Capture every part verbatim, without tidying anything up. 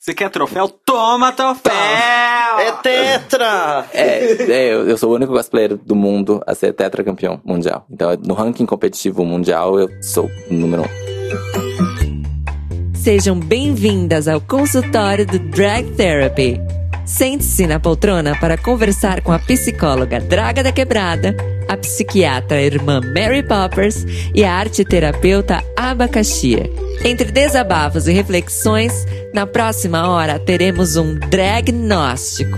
Você quer troféu? Toma troféu! É tetra! É, é eu, eu sou o único cosplayer do mundo a ser tetracampeão mundial. Então, no ranking competitivo mundial, eu sou o número um. Sejam bem-vindas ao consultório do Drag Therapy. Sente-se na poltrona para conversar com a psicóloga Draga da Quebrada, a psiquiatra irmã Mary Poppers e a arteterapeuta Abacaxi. Entre desabafos e reflexões, na próxima hora teremos um dragnóstico.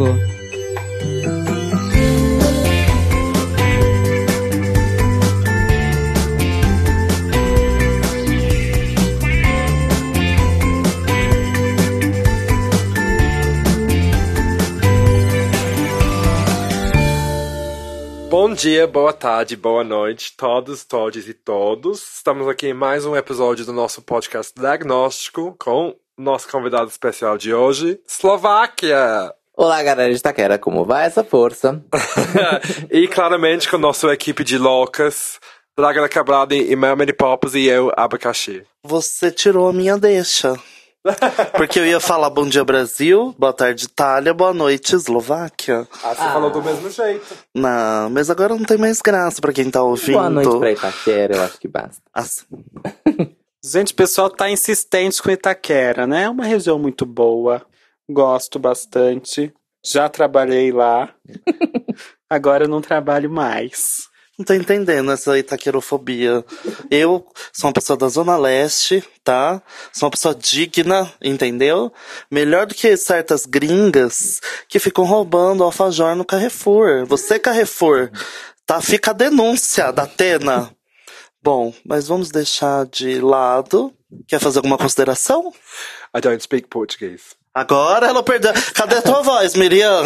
Bom dia, boa tarde, boa noite, todos, todes e todos. Estamos aqui em mais um episódio do nosso podcast Diagnóstico com o nosso convidado especial de hoje, Eslováquia! Olá, galera de Itaquera, como vai essa força? E claramente com a nossa equipe de loucas, Draga da Quebrada e Mary Poppers e eu, Abacaxi. Você tirou a minha deixa. Porque eu ia falar bom dia Brasil, boa tarde Itália, boa noite Eslováquia. Ah, você ah. falou do mesmo jeito. Não, mas agora não tem mais graça pra quem tá ouvindo. Boa noite pra Itaquera, eu acho que basta. Assim. Gente, o pessoal tá insistente com Itaquera, né? É uma região muito boa, gosto bastante, já trabalhei lá, agora eu não trabalho mais. Não tô entendendo essa itaquerofobia. Eu sou uma pessoa da Zona Leste, tá? Sou uma pessoa digna, entendeu? Melhor do que certas gringas que ficam roubando alfajor no Carrefour. Você, Carrefour, tá? Fica a denúncia da Atena. Bom, mas vamos deixar de lado. Quer fazer alguma consideração? I don't speak Portuguese. Agora ela perdeu. Cadê tua voz, Miriam?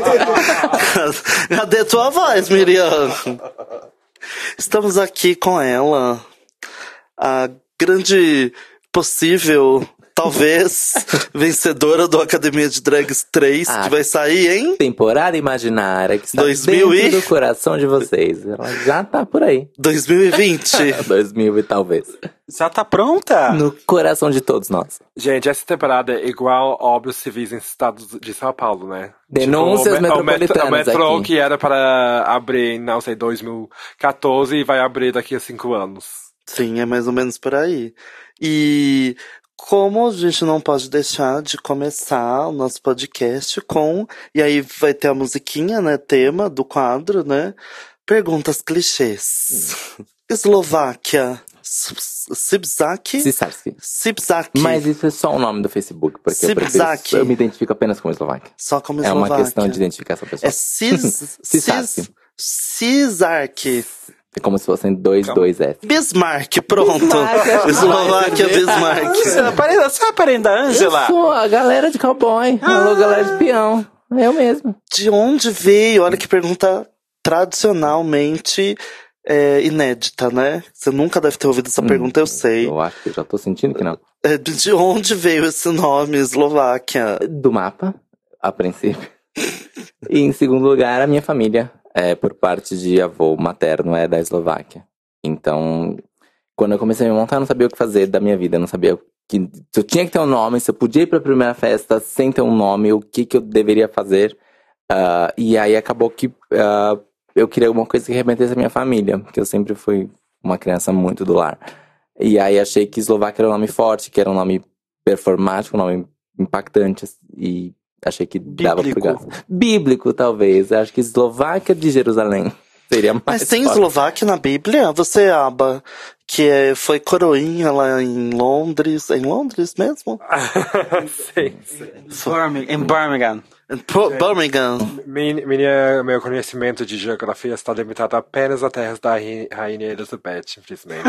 Cadê tua voz, Miriam? Estamos aqui com ela, a grande possível, talvez, vencedora do Academia de Drags três, ah, que vai sair, hein? Temporada imaginária, que está dois mil dentro e... do coração de vocês. Ela já tá por aí. dois mil e vinte. dois mil e talvez. Já tá pronta? No coração de todos nós. Gente, essa temporada é igual obras civis em estados de São Paulo, né? Denúncias tipo, metropolitanas o metrô aqui. Que era para abrir, não sei, dois mil e quatorze e vai abrir daqui a cinco anos. Sim, é mais ou menos por aí. E como a gente não pode deixar de começar o nosso podcast com... E aí vai ter a musiquinha, né? Tema do quadro, né? Perguntas clichês. Hum. Eslováquia. Sibzaki? Sibzaki. Sibzaki. Mas isso é só o nome do Facebook, porque eu, prefiro, eu me identifico apenas como Eslováquia. Só como Eslováquia. É uma questão de identificar essa pessoa. É Cis... Cis... Cisark. É como se fossem dois, Calma. dois F. Bismarck, pronto. Bismarck. Eslováquia, Bismarck. Você é parente da Ângela? Eu sou a galera de cowboy. Ah. Alô, galera de peão. Eu mesmo. De onde veio? Olha que pergunta tradicionalmente... É inédita, né? Você nunca deve ter ouvido essa hum, pergunta, eu sei. Eu acho que já tô sentindo que não. É, de onde veio esse nome, Eslováquia? Do mapa, a princípio. E em segundo lugar, a minha família, é, por parte de avô materno, é da Eslováquia. Então, quando eu comecei a me montar, eu não sabia o que fazer da minha vida. Eu não sabia que, se eu tinha que ter um nome, se eu podia ir pra primeira festa sem ter um nome, o que, que eu deveria fazer. Uh, e aí acabou que... Uh, eu queria alguma coisa que remetesse à minha família, porque eu sempre fui uma criança muito do lar. E aí achei que Eslováquia era um nome forte, que era um nome performático, um nome impactante, e achei que Bíblico. dava pro gasto. Bíblico, talvez. Acho que Eslováquia de Jerusalém seria mais Mas tem forte. Eslováquia na Bíblia? Você, Aba, que é, foi coroinha lá em Londres. É em Londres mesmo? Sim, sim. Em Birmingham. Birmingham. Minha, meu conhecimento de geografia está limitado apenas a terras da Rainha Elizabeth, infelizmente.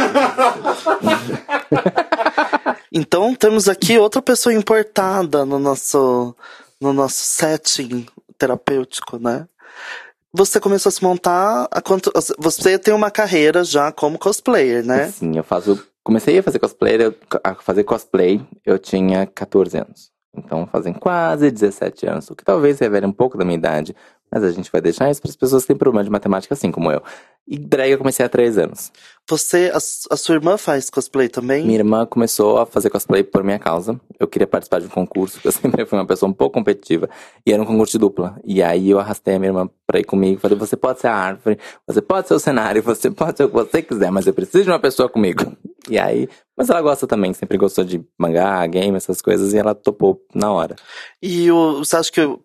Então temos aqui outra pessoa importada no nosso, no nosso setting terapêutico, né? Você começou a se montar a quanto... Você tem uma carreira já como cosplayer, né? Sim, eu faço... Comecei a fazer cosplay, a fazer cosplay, eu tinha catorze anos. Então fazem quase dezessete anos, o que talvez revele um pouco da minha idade. Mas a gente vai deixar isso para as pessoas que têm problema de matemática, assim como eu. E drag eu comecei há três anos. Você, a, a sua irmã faz cosplay também? Minha irmã começou a fazer cosplay por minha causa. Eu queria participar de um concurso, eu sempre fui uma pessoa um pouco competitiva. E era um concurso de dupla. E aí eu arrastei a minha irmã pra ir comigo. Falei, você pode ser a árvore, você pode ser o cenário, você pode ser o que você quiser, mas eu preciso de uma pessoa comigo. E aí... Mas ela gosta também, sempre gostou de mangá, game, essas coisas. E ela topou na hora. E o, você acha que o,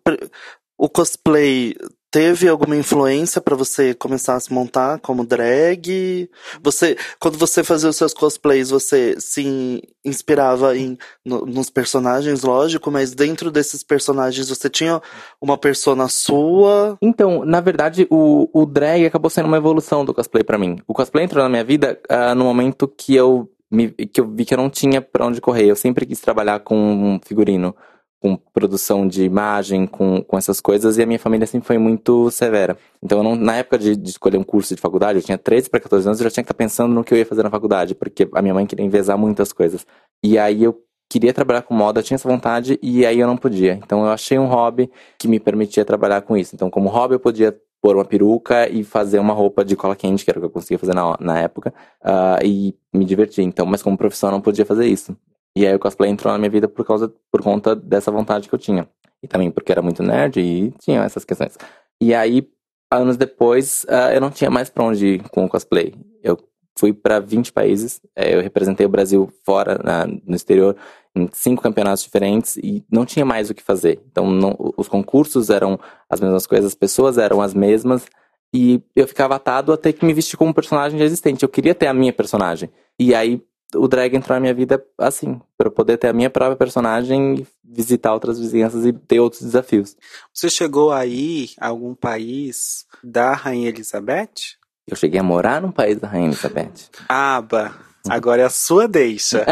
o cosplay... Teve alguma influência pra você começar a se montar como drag? Você, quando você fazia os seus cosplays, você se inspirava em, no, nos personagens, lógico, mas dentro desses personagens você tinha uma persona sua? Então, na verdade, o, o drag acabou sendo uma evolução do cosplay pra mim. O cosplay entrou na minha vida uh, no momento que eu, me, que eu vi que eu não tinha pra onde correr. Eu sempre quis trabalhar com um figurino, com produção de imagem, com, com essas coisas, e a minha família sempre foi muito severa. Então, eu não, na época de, de escolher um curso de faculdade, eu tinha treze para quatorze anos, eu já tinha que estar pensando no que eu ia fazer na faculdade, porque a minha mãe queria envezar muitas coisas. E aí, eu queria trabalhar com moda, eu tinha essa vontade, e aí eu não podia. Então, eu achei um hobby que me permitia trabalhar com isso. Então, como hobby, eu podia pôr uma peruca e fazer uma roupa de cola quente, que era o que eu conseguia fazer na, na época, uh, e me divertir. Então, mas como profissão, eu não podia fazer isso. E aí o cosplay entrou na minha vida por, causa, por conta dessa vontade que eu tinha. E também porque era muito nerd e tinha essas questões. E aí, anos depois, uh, eu não tinha mais pra onde ir com o cosplay. Eu fui pra vinte países, é, eu representei o Brasil fora, na, no exterior, em cinco campeonatos diferentes e não tinha mais o que fazer. Então, não, os concursos eram as mesmas coisas, as pessoas eram as mesmas. E eu ficava atado a ter que me vestir como um personagem já existente. Eu queria ter a minha personagem. E aí, o drag entrou na minha vida assim, para eu poder ter a minha própria personagem e visitar outras vizinhanças e ter outros desafios. Você chegou aí a algum país da Rainha Elizabeth? Eu cheguei a morar num país da Rainha Elizabeth. Aba, agora é a sua deixa.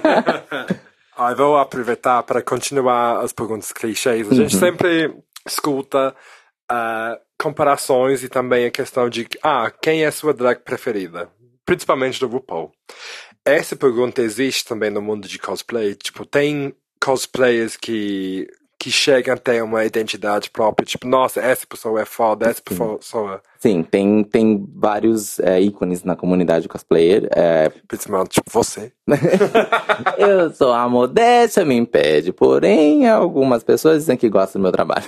ah, eu vou aproveitar para continuar as perguntas clichês. A gente uhum. sempre escuta uh, comparações e também a questão de ah, quem é a sua drag preferida? Principalmente do RuPaul. Essa pergunta existe também no mundo de cosplay. Tipo, tem cosplayers que, que chegam a ter uma identidade própria. Tipo, nossa, essa pessoa é foda, essa Sim. pessoa... Sim, tem, tem vários é, ícones na comunidade cosplayer. É... Principalmente, tipo, você. Eu sou a modéstia, me impede. Porém, algumas pessoas dizem que gostam do meu trabalho.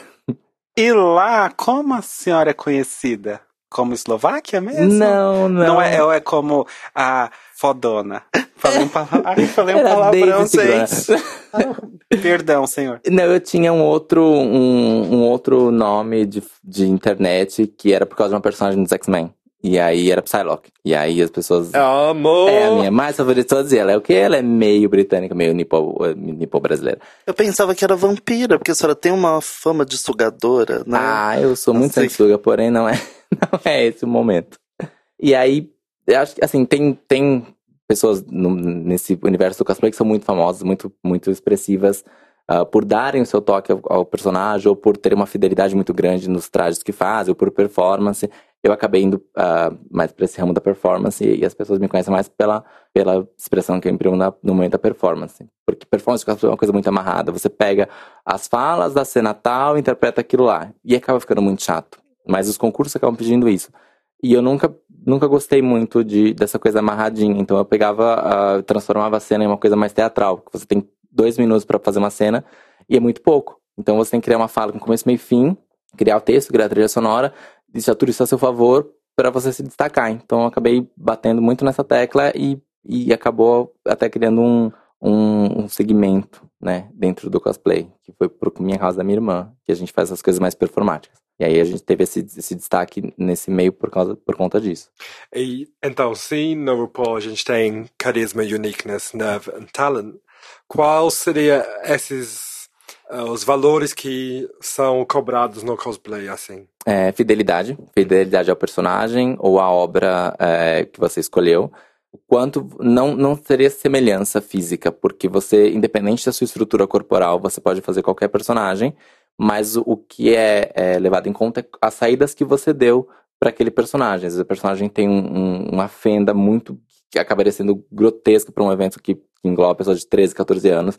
E lá, como a senhora é conhecida? Como Eslováquia mesmo? Não, não. Não é, é como a fodona. Falei um, pala... Ai, falei um palavrão, gente. Ah, perdão, senhor. Não, eu tinha um outro, um, um outro nome de, de internet que era por causa de uma personagem dos X-Men. E aí era Psylocke. E aí as pessoas... Amor! É a minha mais favorita de todas. E ela é o quê? Ela é meio britânica, meio nipo, nipo brasileira. Eu pensava que era vampira, porque a senhora tem uma fama de sugadora, né? Ah, eu sou não muito sei. sanguessuga, porém não é, não é esse o momento. E aí, eu acho que, assim, tem, tem pessoas no, nesse universo do cosplay que são muito famosas, muito, muito expressivas, uh, por darem o seu toque ao, ao personagem, ou por terem uma fidelidade muito grande nos trajes que fazem, ou por performance. Eu acabei indo uh, mais para esse ramo da performance e, e as pessoas me conhecem mais pela, pela expressão que eu imprimo na, no momento da performance. Porque performance é uma coisa muito amarrada. Você pega as falas da cena tal e interpreta aquilo lá. E acaba ficando muito chato. Mas os concursos acabam pedindo isso. E eu nunca, nunca gostei muito de, dessa coisa amarradinha. Então eu pegava, uh, transformava a cena em uma coisa mais teatral. Porque você tem dois minutos para fazer uma cena e é muito pouco. Então você tem que criar uma fala com começo, meio e fim, criar o texto, criar a trilha sonora, deixar tudo isso a seu favor para você se destacar. Então eu acabei batendo muito nessa tecla e, e acabou até criando um, um, um segmento, né, dentro do cosplay, que foi por minha causa da minha irmã, que a gente faz essas coisas mais performáticas. E aí a gente teve esse, esse destaque nesse meio por, causa, por conta disso. E, então, sim, no RuPaul a gente tem carisma, uniqueness, nerve and talent. Qual seria esses... Uh, os valores que são cobrados no cosplay, assim? É, fidelidade. Fidelidade ao personagem ou à obra é, que você escolheu. O quanto não, não seria semelhança física, porque você, independente da sua estrutura corporal, você pode fazer qualquer personagem, mas o, o que é, é levado em conta é as saídas que você deu para aquele personagem. Às vezes o personagem tem um, um, uma fenda muito... que acabaria sendo grotesca para um evento que engloba pessoas de treze, quatorze anos,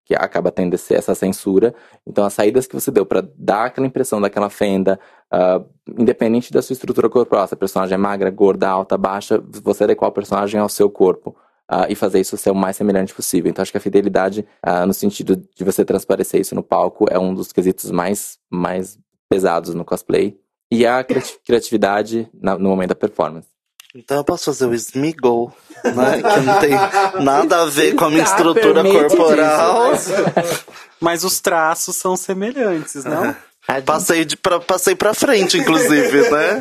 que acaba tendo esse, essa censura. Então as saídas que você deu pra dar aquela impressão daquela fenda, uh, independente da sua estrutura corporal, se a personagem é magra, gorda, alta, baixa, você adequar o personagem ao seu corpo. Uh, e fazer isso ser o mais semelhante possível. Então acho que a fidelidade, uh, no sentido de você transparecer isso no palco, é um dos quesitos mais, mais pesados no cosplay. E a criati- criatividade na, no momento da performance. Então eu posso fazer o Smeagol, né? Que não tem nada a ver com a minha Tá, estrutura permite corporal. Mas os traços são semelhantes, não? Passei, de pra, passei pra frente, inclusive, né?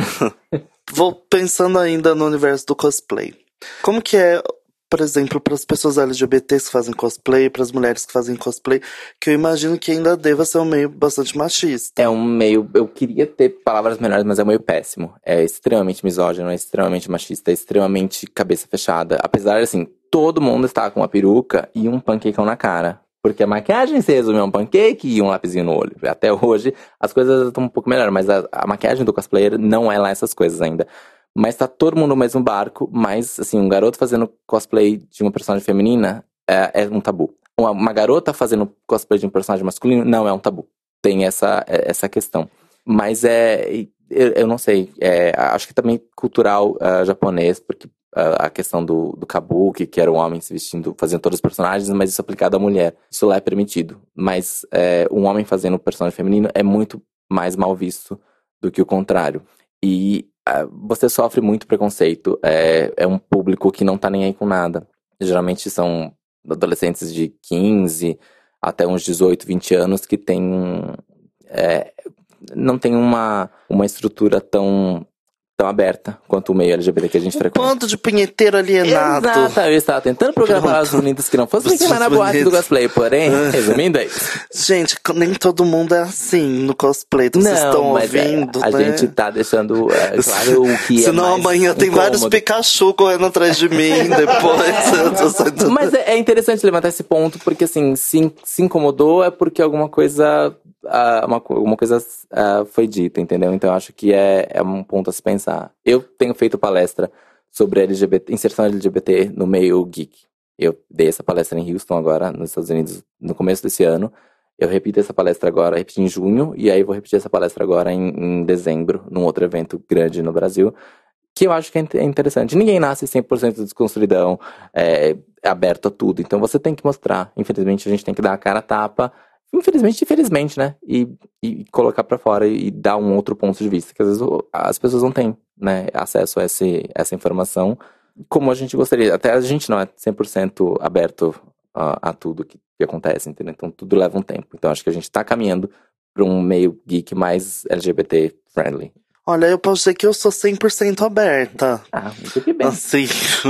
Vou pensando ainda no universo do cosplay. Como que é, por exemplo, para as pessoas L G B T que fazem cosplay, para as mulheres que fazem cosplay, que eu imagino que ainda deva ser um meio bastante machista. É um meio... Eu queria ter palavras melhores, mas é um meio péssimo. É extremamente misógino, é extremamente machista, é extremamente cabeça fechada. Apesar, assim, todo mundo está com uma peruca e um panquecão na cara. Porque a maquiagem se resume a um pancake e um lapisinho no olho. Até hoje, as coisas estão um pouco melhor, mas a, a maquiagem do cosplayer não é lá essas coisas ainda. Mas tá todo mundo no mesmo barco, mas, assim, um garoto fazendo cosplay de uma personagem feminina é, é um tabu. Uma, uma garota fazendo cosplay de um personagem masculino não é um tabu. Tem essa, essa questão. Mas é... Eu, eu não sei. É, acho que também cultural uh, japonês, porque uh, a questão do, do kabuki, que era um homem se vestindo, fazendo todos os personagens, mas isso aplicado à mulher. Isso lá é permitido. Mas é, um homem fazendo um personagem feminino é muito mais mal visto do que o contrário. E você sofre muito preconceito. É, é um público que não tá nem aí com nada. Geralmente são adolescentes de quinze até uns dezoito, vinte anos que tem, é, não tem uma, uma estrutura tão, tão aberta quanto o meio L G B T que a gente Um frequenta. bando de punheteiro alienado. Exato, eu estava tentando programar palavras bonitas que não fossem me queimar na boate do cosplay, porém, resumindo é isso. Gente, nem todo mundo é assim no cosplay, vocês Não, estão mas é, ouvindo, a né? gente tá deixando é, claro o que Senão é mais amanhã tem incômodo. vários Pikachu correndo atrás de mim depois. eu tô saindo... Mas é, é interessante levantar esse ponto, porque assim, se, se incomodou é porque alguma coisa, uh, uma, alguma coisa uh, foi dita, entendeu? Então eu acho que é, é um ponto a se pensar. Eu tenho feito palestra sobre L G B T, inserção L G B T no meio geek. Eu dei essa palestra em Houston agora, nos Estados Unidos, no começo desse ano. Eu repito essa palestra agora, repeti em junho, e aí vou repetir essa palestra agora em, em dezembro, num outro evento grande no Brasil, que eu acho que é interessante. Ninguém nasce cem por cento desconstruidão, é, aberto a tudo. Então você tem que mostrar. Infelizmente a gente tem que dar a cara a tapa. Infelizmente, infelizmente, né? E, e colocar pra fora e, e dar um outro ponto de vista. Que às vezes as pessoas não têm, né, acesso a esse, essa informação. Como a gente gostaria. Até a gente não é cem por cento aberto a, a tudo que, que acontece, entendeu? Então tudo leva um tempo. Então acho que a gente tá caminhando pra um meio geek mais L G B T friendly. Olha, eu posso dizer que eu sou cem por cento aberta. Ah, muito que bem. Assim,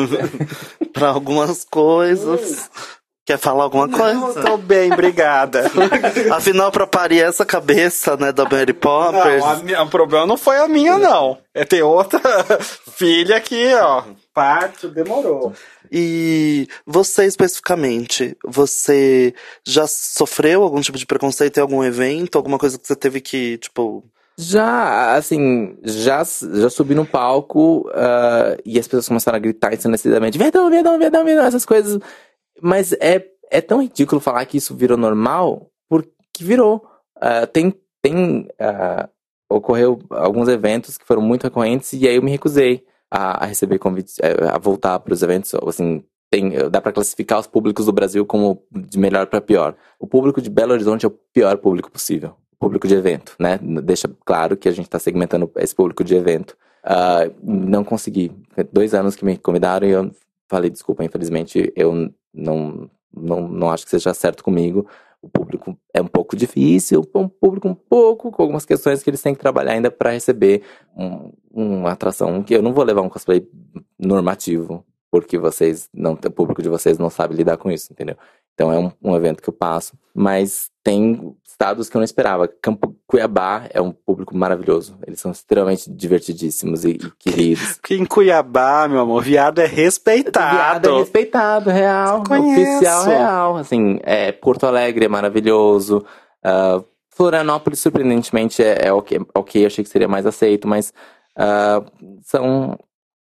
pra algumas coisas. Quer falar alguma coisa? Não, tô bem, obrigada. Afinal, pra parir essa cabeça, né, da Mary Poppers... Não, a minha- o problema não foi a minha, não. É ter outra filha que, ó, parto, demorou. E você especificamente, você já sofreu algum tipo de preconceito em algum evento? Alguma coisa que você teve que, tipo... Já, assim, já, já subi no palco uh, e as pessoas começaram a gritar ensanecidamente, Viadão, viadão, viadão, viadão, essas coisas. Mas é, é tão ridículo falar que isso virou normal, porque virou. Uh, tem, tem uh, ocorreu alguns eventos que foram muito recorrentes e aí eu me recusei a, a receber convites, a, a voltar para os eventos, assim... Tem, dá pra classificar os públicos do Brasil como de melhor pra pior. O público de Belo Horizonte é o pior público possível. Público de evento, né? Deixa claro que a gente tá segmentando esse público de evento. Uh, não consegui. Dois anos que me convidaram e eu falei, desculpa, infelizmente eu não, não, não acho que seja certo comigo. O público é um pouco difícil, um público um pouco, com algumas questões que eles têm que trabalhar ainda pra receber um, uma atração. Que eu não vou levar um cosplay normativo, porque vocês não, o público de vocês não sabe lidar com isso, entendeu? Então é um, um evento que eu passo, mas tem estados que eu não esperava. Campo Cuiabá é um público maravilhoso, eles são extremamente divertidíssimos e, e queridos. Porque em Cuiabá, meu amor, viado é respeitado. Viado é respeitado, real, Conheço. oficial, real. Assim, é, Porto Alegre é maravilhoso, uh, Florianópolis surpreendentemente é, é ok, ok, achei que seria mais aceito, mas uh, são...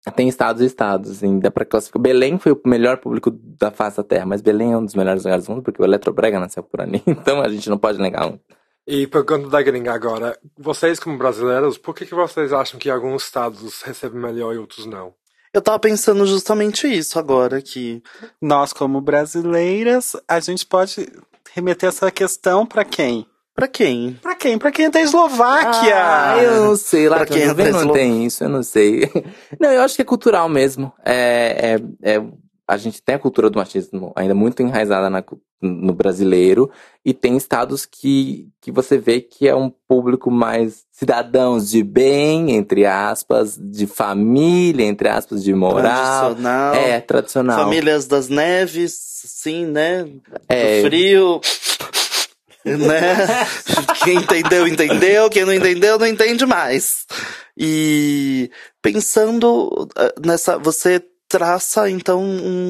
Tem estados e estados, assim, dá pra classificar. Belém foi o melhor público da face da Terra, mas Belém é um dos melhores lugares do mundo, porque o Eletrobrega nasceu por ali, então a gente não pode negar um. E pergunta da gringa agora, vocês como brasileiros, por que, que vocês acham que alguns estados recebem melhor e outros não? Eu tava pensando justamente isso agora aqui. Nós, como brasileiras, a gente pode remeter essa questão pra quem? Pra quem? Pra quem? Pra quem é da Eslováquia! Ah, eu não sei, lá Pra que quem eu é da não Eslo- tem isso, eu não sei. Não, eu acho que é cultural mesmo. É, é, é, a gente tem a cultura do machismo ainda muito enraizada na, cu- no brasileiro, e tem estados que, que você vê que é um público mais cidadãos de bem, entre aspas, de família, entre aspas, de moral. Tradicional. É, tradicional. Famílias das neves, sim, né? É. Do frio. Né? Quem entendeu, entendeu. Quem não entendeu, não entende mais. E pensando eh, nessa, você traça então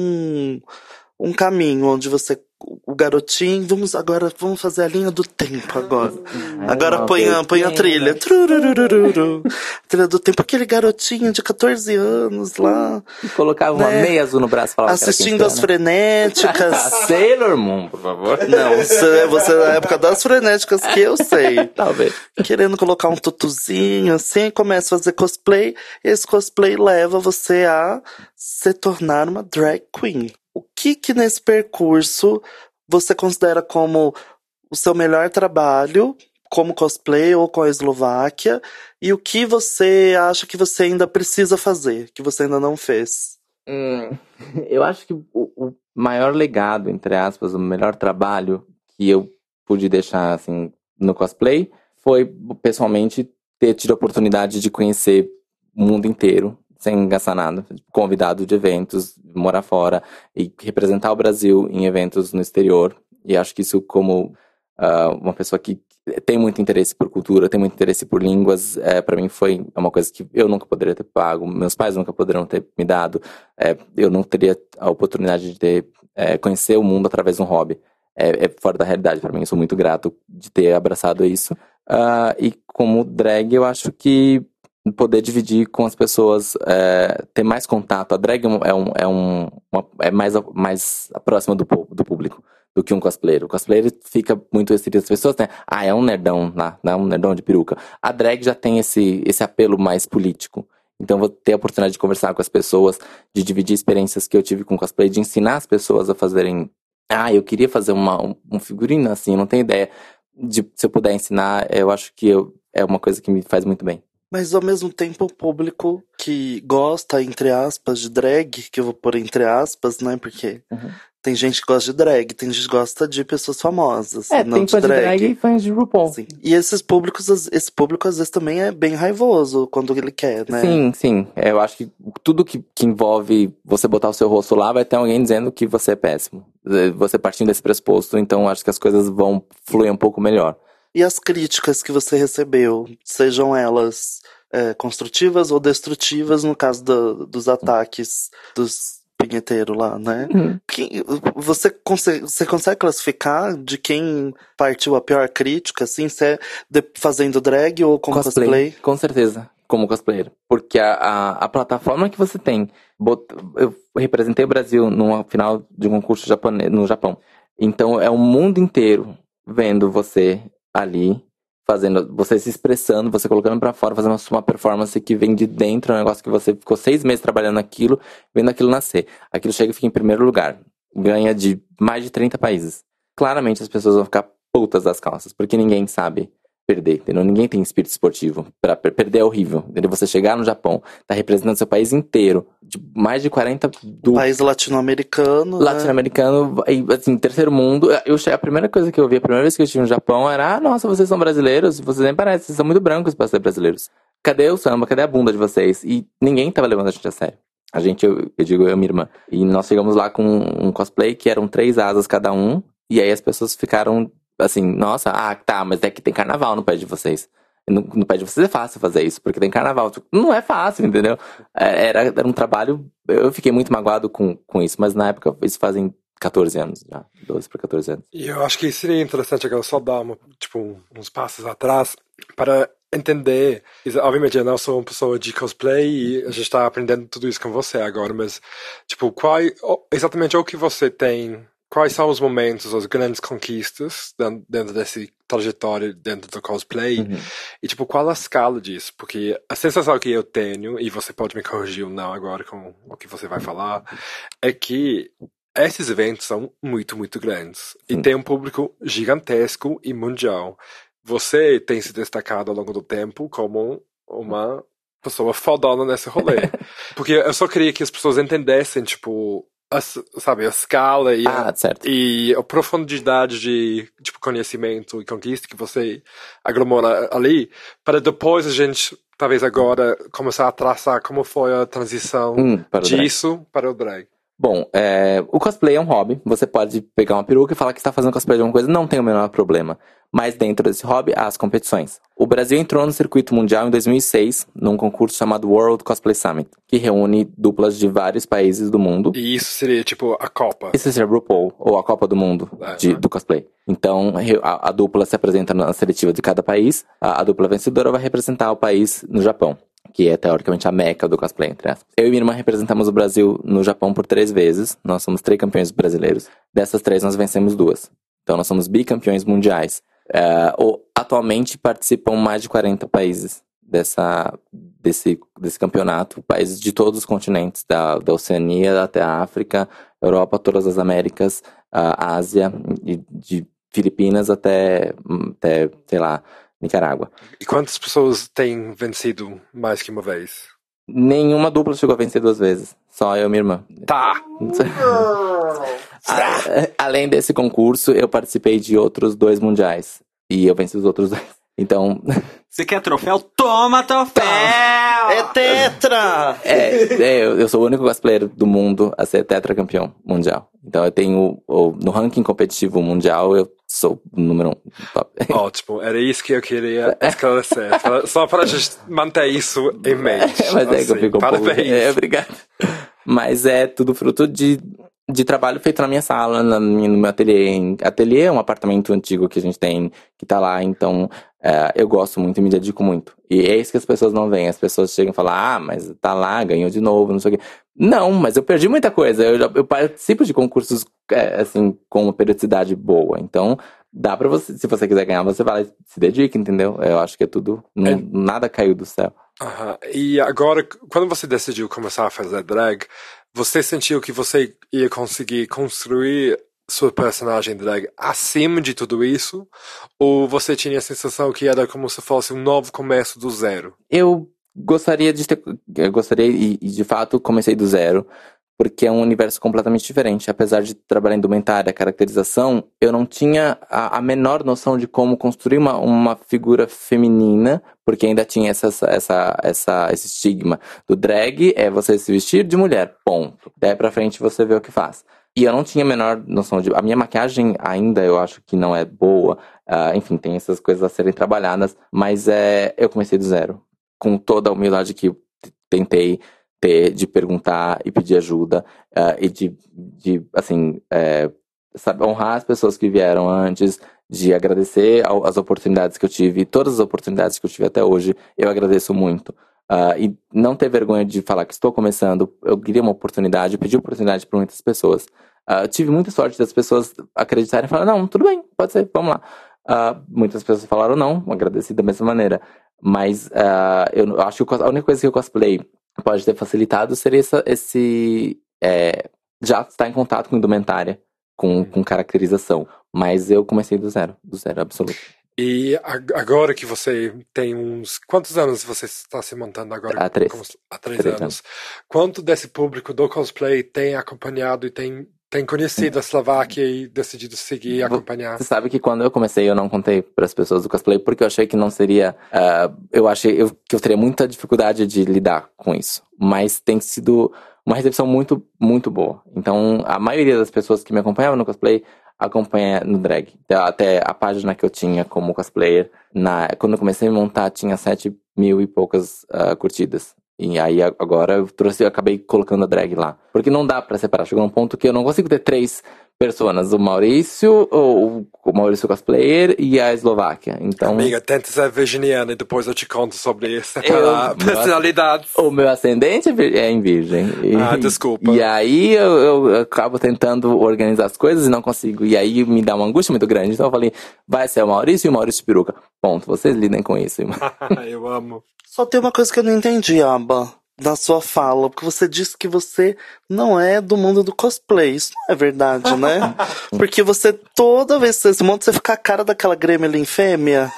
um, um caminho onde você, o garotinho, vamos agora, vamos fazer a linha do tempo agora. Agora não, põe, a, põe a trilha. Trururururu. Trilha do tempo, aquele garotinho de catorze anos lá, E colocava uma né? meia azul no braço e falava assistindo que era as quem era, né? frenéticas. Sailor Moon, por favor. Não, você, você é da época das frenéticas que eu sei. Talvez. Querendo colocar um tutuzinho assim, começa a fazer cosplay. E esse cosplay leva você a se tornar uma drag queen. O que que nesse percurso você considera como o seu melhor trabalho como cosplay ou com a Eslováquia? E o que você acha que você ainda precisa fazer, que você ainda não fez? Hum, eu acho que o, o maior legado, entre aspas, o melhor trabalho que eu pude deixar assim no cosplay foi, pessoalmente, ter tido a oportunidade de conhecer o mundo inteiro, sem gastar nada, convidado de eventos, morar fora e representar o Brasil em eventos no exterior. E acho que isso, como uh, uma pessoa que tem muito interesse por cultura, tem muito interesse por línguas, é, para mim foi uma coisa que eu nunca poderia ter pago, meus pais nunca poderiam ter me dado, é, eu não teria a oportunidade de ter, é, conhecer o mundo através de um hobby. É, é fora da realidade para mim, eu sou muito grato de ter abraçado isso. Uh, e como drag, eu acho que poder dividir com as pessoas, é, ter mais contato. A drag é, um, é, um, uma, é mais, mais próxima do, do público do que um cosplayer. O cosplayer fica muito restrito às pessoas, né? Ah, é um nerdão lá, né? Um nerdão de peruca. A drag já tem esse, esse apelo mais político. Então vou ter a oportunidade de conversar com as pessoas, de dividir experiências que eu tive com cosplay, de ensinar as pessoas a fazerem... Ah, eu queria fazer uma, um, um figurino assim, não tenho ideia. De, se eu puder ensinar, eu acho que eu, é uma coisa que me faz muito bem. Mas ao mesmo tempo o público que gosta, entre aspas, de drag, que eu vou pôr entre aspas, né? Porque Uhum. tem gente que gosta de drag, tem gente que gosta de pessoas famosas, É, não tem de fãs de drag. drag e fãs de RuPaul. Sim. E esses públicos, esse público às vezes também é bem raivoso quando ele quer, né? Sim, sim. É, eu acho que tudo que, que envolve você botar o seu rosto lá, vai ter alguém dizendo que você é péssimo. Você partindo desse pressuposto, então acho que as coisas vão fluir um pouco melhor. E as críticas que você recebeu, sejam elas é, construtivas ou destrutivas, no caso do, dos ataques dos punheteiros lá, né? Uhum. Quem, você, consegue, você consegue classificar de quem partiu a pior crítica, assim, se é de, fazendo drag ou como cosplay? cosplay? Com certeza, como cosplayer. Porque a, a, a plataforma que você tem... Bot... Eu representei o Brasil no final de um concurso japonês, no Japão. Então é o mundo inteiro vendo você ali, fazendo, você se expressando, você colocando pra fora, fazendo uma performance que vem de dentro, um negócio que você ficou seis meses trabalhando naquilo, vendo aquilo nascer. Aquilo chega e fica em primeiro lugar. Ganha de mais de trinta países. Claramente as pessoas vão ficar putas das calças, porque ninguém sabe perder, entendeu? Ninguém tem espírito esportivo. Pra perder é horrível, entendeu? Você chegar no Japão, tá representando seu país inteiro, de mais de quarenta do país latino-americano, latino-americano, né? Assim, terceiro mundo. Eu, a primeira coisa que eu vi, a primeira vez que eu estive no Japão era, ah, nossa, vocês são brasileiros, vocês nem parecem, vocês são muito brancos para ser brasileiros. Cadê o samba? Cadê a bunda de vocês? E ninguém tava levando a gente a sério. A gente, eu, eu digo eu e minha irmã. E nós chegamos lá com um cosplay que eram três asas cada um, e aí as pessoas ficaram assim, nossa, ah, tá, mas é que tem carnaval no pé de vocês. No, no pé de vocês é fácil fazer isso, porque tem carnaval. Não é fácil, entendeu? Era, era um trabalho... Eu fiquei muito magoado com, com isso, mas na época, isso fazem catorze anos já. doze para catorze anos. E eu acho que seria interessante agora só dar uma, tipo, uns passos atrás para entender. Obviamente, eu não sou uma pessoa de cosplay e a gente tá aprendendo tudo isso com você agora, mas, tipo, qual, exatamente o que você tem, quais são os momentos, as grandes conquistas dentro dessa trajetória dentro do cosplay, Uhum. e, tipo, qual a escala disso? Porque a sensação que eu tenho, e você pode me corrigir ou não agora com o que você vai falar, é que esses eventos são muito, muito grandes. E Sim. tem um público gigantesco e mundial. Você tem se destacado ao longo do tempo como uma pessoa fodona nesse rolê. Porque eu só queria que as pessoas entendessem, tipo, a, sabe, a escala e, Ah, a, certo. e a profundidade de, tipo, conhecimento e conquista que você aglomera ali, para depois a gente, talvez agora, começar a traçar como foi a transição Hum, para o drag. disso para o drag. Bom, é, o cosplay é um hobby. Você pode pegar uma peruca e falar que está fazendo cosplay de alguma coisa, não tem o menor problema. Mas dentro desse hobby, há as competições. O Brasil entrou no circuito mundial em dois mil e seis, num concurso chamado World Cosplay Summit, que reúne duplas de vários países do mundo. E isso seria, tipo, a Copa. Esse seria a RuPaul, ou a Copa do Mundo É, de, né? do cosplay. Então, a, a dupla se apresenta na seletiva de cada país. A, a dupla vencedora vai representar o país no Japão, que é teoricamente a meca do cosplay, entre aspas. Eu e minha irmã representamos o Brasil no Japão por três vezes. Nós somos três campeões brasileiros. Dessas três, nós vencemos duas. Então, nós somos bicampeões mundiais. É, ou, atualmente, participam mais de quarenta países dessa, desse, desse campeonato. Países de todos os continentes, da, da Oceania até a África, Europa, todas as Américas, a Ásia, de, de Filipinas até, até, sei lá, Nicarágua. E quantas pessoas têm vencido mais que uma vez? Nenhuma dupla chegou a vencer duas vezes. Só eu e minha irmã. Tá! A, além desse concurso, eu participei de outros dois mundiais. E eu venci os outros dois. Então... Você quer troféu? Toma troféu! É tetra! é, é, eu, eu sou o único cosplayer do mundo a ser tetracampeão mundial. Então eu tenho... O, no ranking competitivo mundial, eu sou o número um top. Ótimo, era isso que eu queria esclarecer. Só para a gente manter isso em mente. Mas é que eu Assim, fico um pouco... parabéns. É, obrigado. Mas é tudo fruto de... de trabalho feito na minha sala, na minha, no meu ateliê. Ateliê é um apartamento antigo que a gente tem, que tá lá, então é, eu gosto muito e me dedico muito. E é isso que as pessoas não veem. As pessoas chegam e falam, ah, mas tá lá, ganhou de novo, não sei o quê. Não, mas eu perdi muita coisa. Eu, eu participo de concursos, é, assim, com uma periodicidade boa. Então, dá pra você, se você quiser ganhar, você vai lá e se dedica, entendeu? Eu acho que é tudo, não, É. nada caiu do céu. Aham. E agora, quando você decidiu começar a fazer drag, você sentiu que você ia conseguir construir sua personagem drag acima de tudo isso? Ou você tinha a sensação que era como se fosse um novo começo do zero? Eu gostaria de ter... Eu gostaria, e, e de fato comecei do zero, porque é um universo completamente diferente. Apesar de trabalhar em indumentária, caracterização, eu não tinha a, a menor noção de como construir uma, uma figura feminina, porque ainda tinha essa, essa, essa, esse estigma do drag é você se vestir de mulher, ponto. Daí pra frente você vê o que faz. E eu não tinha a menor noção de... A minha maquiagem ainda eu acho que não é boa. Uh, enfim, tem essas coisas a serem trabalhadas. Mas é, eu comecei do zero. Com toda a humildade que eu tentei ter, de perguntar e pedir ajuda. Uh, e de, de assim, é, sabe, honrar as pessoas que vieram antes. De agradecer ao, as oportunidades que eu tive. Todas as oportunidades que eu tive até hoje, eu agradeço muito. Uh, e não ter vergonha de falar que estou começando. Eu queria uma oportunidade, eu pedi oportunidade para muitas pessoas. Uh, tive muita sorte das pessoas acreditarem e falar, não, tudo bem, pode ser, vamos lá. Uh, muitas pessoas falaram não, agradeci da mesma maneira. Mas uh, eu acho que a única coisa que o cosplay pode ter facilitado seria essa, esse... É, já estar em contato com indumentária, com, com caracterização. Mas eu comecei do zero, do zero absoluto. E agora que você tem uns... Quantos anos você está se montando agora? Há três. Como, há três, três anos. anos. Quanto desse público do cosplay tem acompanhado e tem, tem conhecido a Eslováquia e decidido seguir e acompanhar? Você sabe que quando eu comecei eu não contei para as pessoas do cosplay porque eu achei que não seria... Uh, eu achei eu, que eu teria muita dificuldade de lidar com isso. Mas tem sido uma recepção muito, muito boa. Então a maioria das pessoas que me acompanhavam no cosplay... acompanha no drag. Até a página que eu tinha como cosplayer, na, quando eu comecei a montar, tinha sete mil e poucas uh, curtidas. E aí agora eu trouxe, eu acabei colocando a drag lá. Porque não dá pra separar. Chegou num ponto que eu não consigo ter três personas, o Maurício, o, o Maurício cosplayer e a Eslováquia. Então, Amiga, tenta ser virginiana e depois eu te conto sobre isso. Separar Eu- personalidades. o meu ascendente é vir- é em virgem. E, Ah, desculpa. E aí eu, eu acabo tentando organizar as coisas e não consigo. E aí me dá uma angústia muito grande. Então eu falei, vai ser o Maurício e o Maurício Peruca. Ponto, vocês lidem com isso. Eu amo. Só tem uma coisa que eu não entendi, Aba, na sua fala, porque você disse que você não é do mundo do cosplay. Isso não é verdade, né? Porque você, toda vez que você se monta, você fica a cara daquela gremlin fêmea.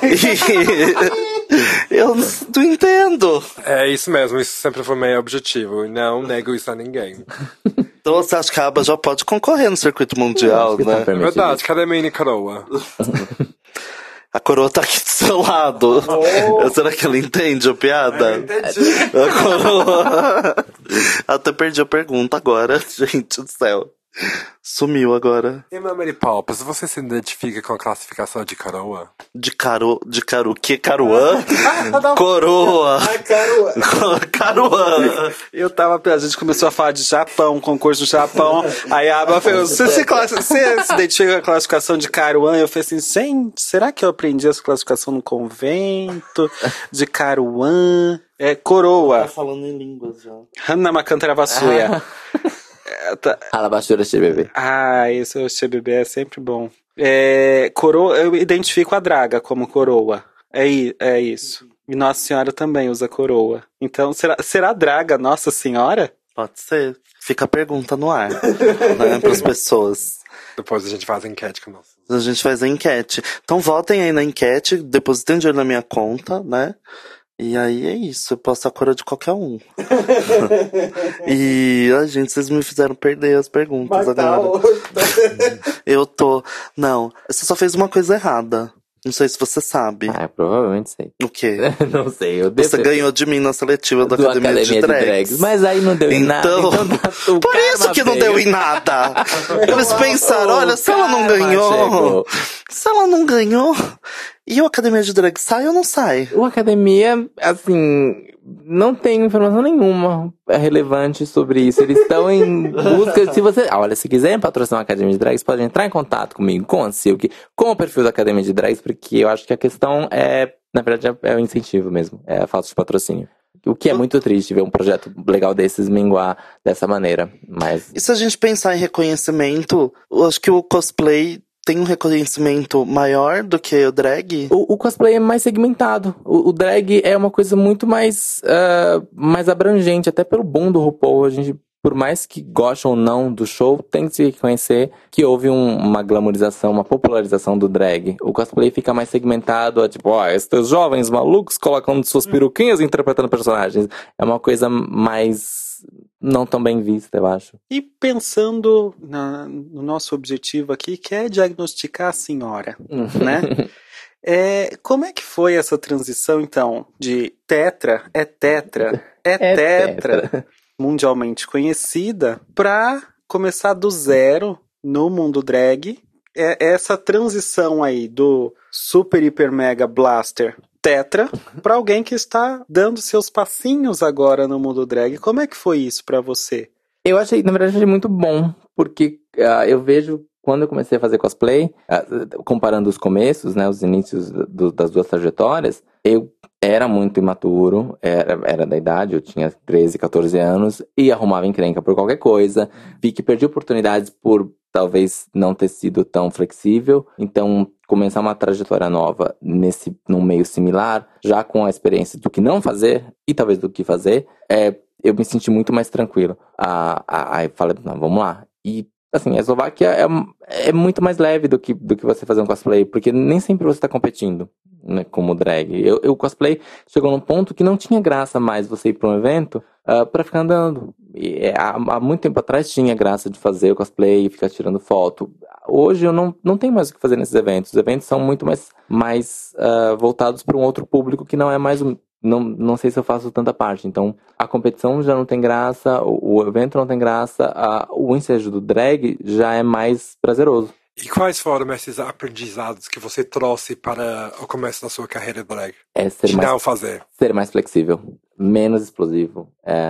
E eu não, não entendo. É isso mesmo, isso sempre foi meu objetivo. E não nego isso a ninguém. Então você acha que a Aba já pode concorrer no circuito mundial, Acho que tá né? É permitido. verdade, cadê minha coroa? A coroa tá aqui do seu lado. Será que ela entende a piada? Entendi. A coroa. Até perdi a pergunta agora, gente do céu. Sumiu agora. E meu Mary Poppins, você se identifica com a classificação de coroa? De caro... De caro... Que caruã? Coroa. Caruã. Caruã. Eu tava, a gente começou a falar de Japão, concurso do Japão. Aí a Aba falou, você se, classi- você se identifica com a classificação de Caruã? Eu falei assim, gente, será que eu aprendi essa classificação no convento? De Caruã? É, coroa. Tá falando em línguas já. Hanna Macantaravasuya. É, tá. Alabashura X B B. Ah, esse o X B B é sempre bom. É, coroa, eu identifico a draga como coroa. É, i- é isso. E Nossa Senhora também usa coroa. Então, será, será draga Nossa Senhora? Pode ser. Fica a pergunta no ar, né, pras pessoas. Depois a gente faz a enquete com nós. A gente faz a enquete. Então votem aí na enquete, depositem dinheiro na minha conta, né? E aí é isso, eu posto a cor de qualquer um. E, ai, gente, vocês me fizeram perder as perguntas agora. Eu tô. Não, você só fez uma coisa errada. Não sei se você sabe. Ah, eu provavelmente sei. O quê? Não sei, eu devo Você ter- ganhou de mim na seletiva da do Academia, de Drags. Mas aí não deu em nada. Então, Então tá, o por karma isso que não veio. deu em nada. Eles pensaram, olha, se ela não karma ganhou, chegou. se ela não ganhou, e o Academia de Drag sai ou não sai? O Academia, assim, não tem informação nenhuma relevante sobre isso. Eles estão em busca. Se você. Ah, olha, se quiserem patrocinar a Academia de Drags, pode entrar em contato comigo, com a Silk, com o perfil da Academia de Drags, porque eu acho que a questão é, na verdade, é o incentivo mesmo. É a falta de patrocínio. O que é muito triste ver um projeto legal desses minguar dessa maneira. Mas. E se a gente pensar em reconhecimento, eu acho que o cosplay tem um reconhecimento maior do que o drag? O, o cosplay é mais segmentado. O, o drag é uma coisa muito mais, ah, mais abrangente, até pelo boom do RuPaul. A gente, por mais que goste ou não do show, tem que se reconhecer que houve um- uma glamorização, uma popularização do drag. O cosplay fica mais segmentado, é tipo, ó, esses jovens malucos colocando suas peruquinhas interpretando personagens. É uma coisa mais não tão bem vista, eu acho. E pensando na- no nosso objetivo aqui, que é diagnosticar a senhora, né? É, como é que foi essa transição, então, de tetra, é tetra, é, É tetra, tetra. mundialmente conhecida, pra começar do zero no mundo drag? É essa transição aí do super, hiper, mega blaster tetra pra alguém que está dando seus passinhos agora no mundo drag. Como é que foi isso pra você? Eu achei, na verdade, achei muito bom, porque ah, eu vejo, quando eu comecei a fazer cosplay, ah, comparando os começos, né, os inícios do- das duas trajetórias, eu era muito imaturo, era, era da idade, eu tinha treze, catorze anos, e arrumava encrenca por qualquer coisa, vi que perdi oportunidades por talvez não ter sido tão flexível, então começar uma trajetória nova nesse, num meio similar, já com a experiência do que não fazer, e talvez do que fazer, é, eu me senti muito mais tranquilo. Ah, ah, aí falei, não, vamos lá. E, assim, a Eslováquia é, é muito mais leve do que, do que você fazer um cosplay, porque nem sempre você está competindo, né, como drag. Eu, eu cosplay chegou num ponto que não tinha graça mais você ir para um evento uh, para ficar andando. E, é, há, há muito tempo atrás tinha graça de fazer o cosplay e ficar tirando foto. Hoje eu não, não tenho mais o que fazer nesses eventos. Os eventos são muito mais, mais uh, voltados para um outro público que não é mais um. Não, não sei se eu faço tanta parte. Então, a competição já não tem graça, o, o evento não tem graça, a, o ensejo do drag já é mais prazeroso. E quais foram esses aprendizados que você trouxe para o começo da sua carreira drag? É ser De mais, não fazer. ser mais flexível, menos explosivo, é,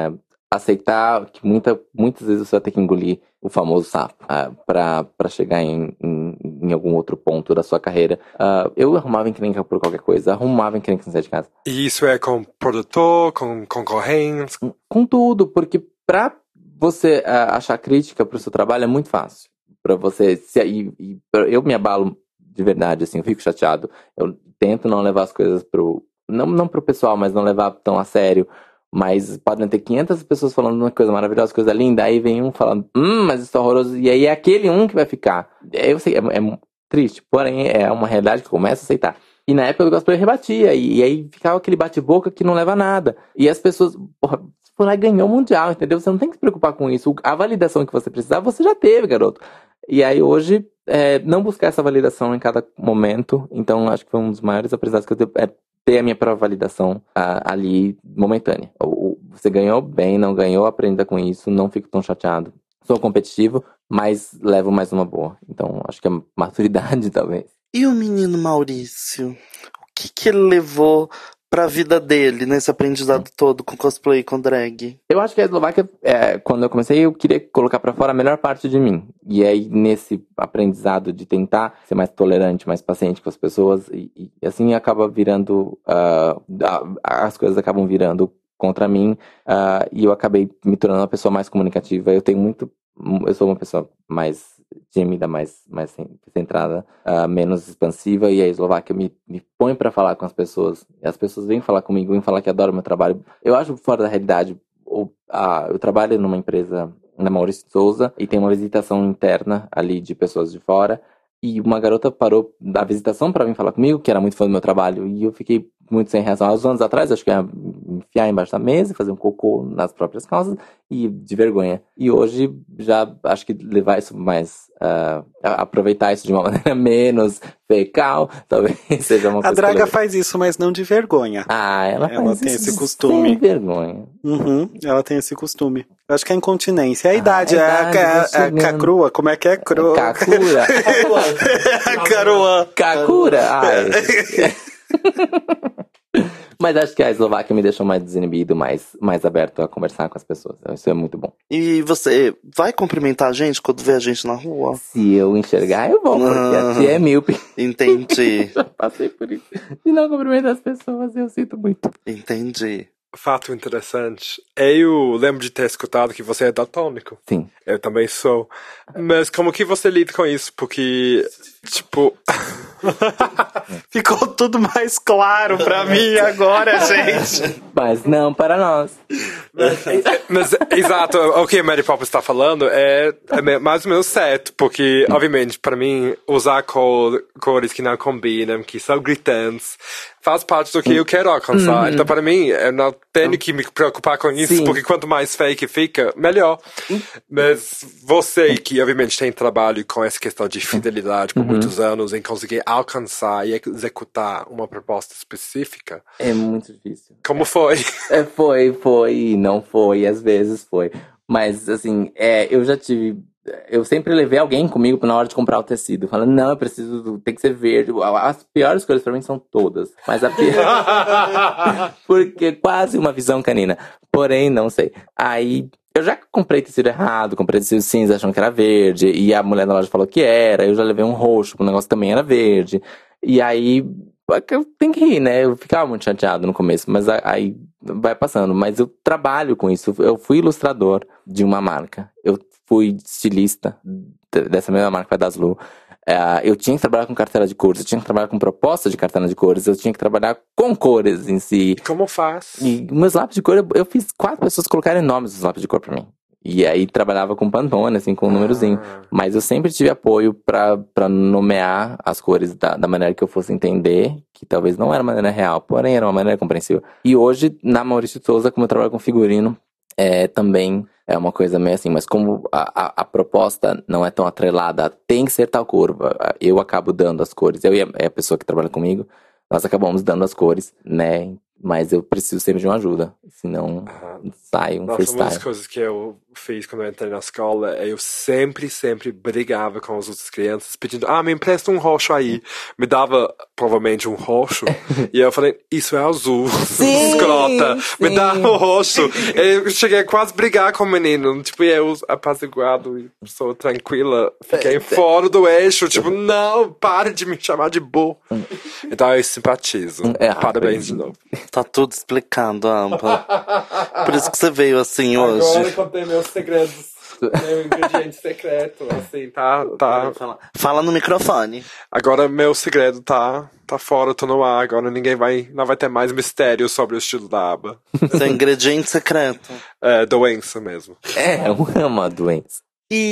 aceitar que muita, muitas vezes você vai ter que engolir o famoso sapo uh, pra, pra chegar em, em, em algum outro ponto da sua carreira. Uh, eu arrumava encrenca por qualquer coisa, arrumava encrenca sem sair de casa. E isso é com produtor, com concorrentes? Com, com tudo, porque pra você uh, achar crítica pro seu trabalho é muito fácil. Pra você, se, e, e, eu me abalo de verdade, assim, eu fico chateado. Eu tento não levar as coisas pro, não, não pro pessoal, mas não levar tão a sério. Mas podem ter quinhentas pessoas falando uma coisa maravilhosa, coisa linda, aí vem um falando, hum, mas isso é horroroso, e aí é aquele um que vai ficar. Eu sei, é, é triste, porém é uma realidade que eu começo a aceitar. E na época o cosplay rebatia, e, e aí ficava aquele bate-boca que não leva a nada. E as pessoas, porra, foi lá e ganhou o Mundial, entendeu? Você não tem que se preocupar com isso. A validação que você precisava, você já teve, garoto. E aí hoje, é, não buscar essa validação em cada momento, então acho que foi um dos maiores aprendizados que eu tenho, é ter a minha própria validação uh, ali momentânea. O, o, você ganhou bem, não ganhou, aprenda com isso, não fico tão chateado. Sou competitivo, mas levo mais uma boa. Então, acho que é maturidade, talvez. E o menino Maurício? O que que ele levou pra vida dele, nesse aprendizado todo com cosplay, com drag? Eu acho que a Eslováquia, é, quando eu comecei, eu queria colocar pra fora a melhor parte de mim. E aí, nesse aprendizado de tentar ser mais tolerante, mais paciente com as pessoas, e, e assim acaba virando, uh, as coisas acabam virando contra mim, uh, e eu acabei me tornando uma pessoa mais comunicativa. Eu tenho muito, eu sou uma pessoa mais tímida, mais, mais centrada, uh, menos expansiva, e a Eslováquia me, me põe pra falar com as pessoas. E as pessoas vêm falar comigo, vêm falar que adoram o meu trabalho. Eu acho fora da realidade. O, uh, eu trabalho numa empresa na Maurício de Souza e tem uma visitação interna ali de pessoas de fora. E uma garota parou da visitação pra vir falar comigo, que era muito fã do meu trabalho, e eu fiquei muito sem reação. Há uns anos atrás, acho que ia me enfiar embaixo da mesa, fazer um cocô nas próprias calças, e de vergonha. E hoje, já acho que levar isso mais, uh, aproveitar isso de uma maneira menos fecal, talvez seja uma coisa... A draga faz isso, mas não de vergonha. Ah, ela, ela faz tem isso esse costume. Sem vergonha. Uhum, ela tem esse costume. Eu acho que é a incontinência. É a Ah, idade, a é idade, a, tá a, a cacrua, como é que é? Cru... Kakura. a caruã. Kakura. Ai. Mas acho que a Eslováquia me deixou mais desinibido, mais, mais aberto a conversar com as pessoas. Isso é muito bom. E você vai cumprimentar a gente quando vê a gente na rua? Se eu enxergar, eu vou, porque Ah, a tia é míope. Entendi. Já passei por isso. De não cumprimentar as pessoas, eu sinto muito. Entendi. Fato interessante. Eu lembro de ter escutado que você é daltônico. Sim. Eu também sou. Mas como que você lida com isso? Porque, tipo... Ficou tudo mais claro pra mim agora, gente. Mas não para nós. Mas, exato, o que a Mary Poppins está falando é, é mais ou menos certo, porque, obviamente, para mim, usar cor, cores que não combinam, que são gritantes, faz parte do que eu quero alcançar. Uhum. Então, para mim, eu não tenho que me preocupar com isso, Sim. porque quanto mais fake fica, melhor. Mas você, que obviamente tem trabalho com essa questão de fidelidade por Uhum. muitos anos, em conseguir alcançar e executar uma proposta específica, É muito difícil. como foi? É, foi, foi, não foi, às vezes foi. Mas, assim, é, eu já tive... Eu sempre levei alguém comigo na hora de comprar o tecido. Falando, não, eu preciso, do- tem que ser verde. As piores coisas pra mim são todas. Mas a pior... Porque quase uma visão canina. Porém, não sei. Aí, eu já comprei tecido errado, comprei tecido cinza achando que era verde. E a mulher da loja falou que era. Eu já levei um roxo, o negócio também era verde. E aí... Eu tenho que rir, né? Eu ficava muito chateado no começo, mas a- aí vai passando. Mas eu trabalho com isso. Eu fui ilustrador de uma marca. Eu fui estilista d- dessa mesma marca, da Daslu. É, eu tinha que trabalhar com cartela de cores, eu tinha que trabalhar com proposta de cartela de cores, eu tinha que trabalhar com cores em si. Como faz? E meus lápis de cor, eu, eu fiz quatro pessoas colocarem nomes dos lápis de cor pra mim. E aí trabalhava com Pantone, assim, com um númerozinho. Ah. Mas eu sempre tive apoio pra, pra nomear as cores da, da maneira que eu fosse entender, que talvez não era a maneira real, porém era uma maneira compreensível. E hoje, na Maurício de Souza, como eu trabalho com figurino, é, também é uma coisa meio assim, mas como a, a, a proposta não é tão atrelada, tem que ser tal cor, eu acabo dando as cores. Eu e a, a pessoa que trabalha comigo, nós acabamos dando as cores, né? Mas eu preciso sempre de uma ajuda, senão Ah. sai um Nossa, uma das freestyle. coisas que eu fiz quando eu entrei na escola, eu sempre, sempre brigava com as outras crianças, pedindo, ah, me empresta um roxo aí. Me dava, provavelmente, um roxo. E eu falei, isso é azul, Sim, escrota. sim. Me dá um roxo. Eu cheguei a quase brigar com o menino. Tipo, eu, apaziguado e pessoa tranquila, fiquei fora do eixo. Tipo, não, pare de me chamar de burro. Então eu simpatizo. É, Parabéns de novo. Tá tudo explicado, Ampa. Por isso que você veio assim hoje. Agora eu contei meus segredos. Meu ingrediente secreto, assim, tá, tá. Fala no microfone. Agora meu segredo tá, tá fora, tô no ar. Agora ninguém vai, não vai ter mais mistério sobre o estilo da aba. Seu ingrediente secreto. É, doença mesmo. É, uma doença.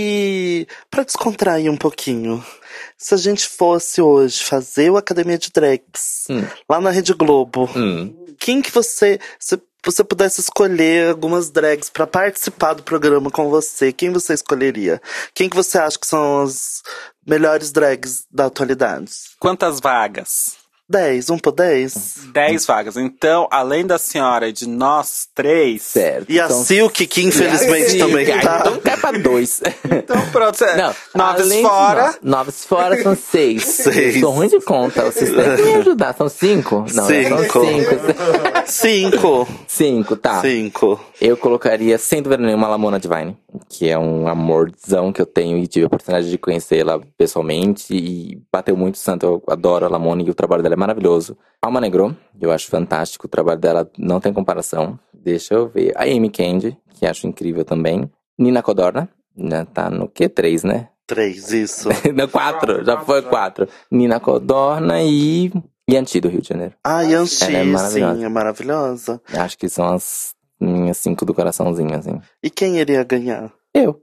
E pra descontrair um pouquinho, se a gente fosse hoje fazer o Academia de Drags Hum. lá na Rede Globo, Hum. quem que você, se você pudesse escolher algumas drags pra participar do programa com você, quem você escolheria? Quem que você acha que são as melhores drags da atualidade? Quantas vagas? dez, um por dez? Dez vagas. Então, além da senhora e de nós três. Certo. E a Então, Silk, que infelizmente Sim, também cara, tá. Então cai pra dois. Então, pronto. cê- Não, Nove além- fora. não, nove fora são seis. Seis. Sou ruim de conta. Vocês têm que me ajudar. São cinco? Não, Cinco. são cinco. Cinco. Cinco, tá. Cinco. Eu colocaria, sem dúvida nenhuma, a Lamona Divine, que é um amorzão que eu tenho e tive a oportunidade de conhecê-la pessoalmente e bateu muito santo. Eu adoro a Lamona e o trabalho dela é maravilhoso. Alma Negro, eu acho fantástico, o trabalho dela não tem comparação. Deixa eu ver. A Amy Candy, que acho incrível também. Nina Codorna, né, tá no Q três, né? Três, isso. No quatro, já foi quatro. Nina Codorna e Yanti do Rio de Janeiro. Ah, Yanxi, Ela é maravilhosa. sim, é maravilhosa. Acho que são as minhas cinco do coraçãozinho, assim. E quem iria ganhar? Eu.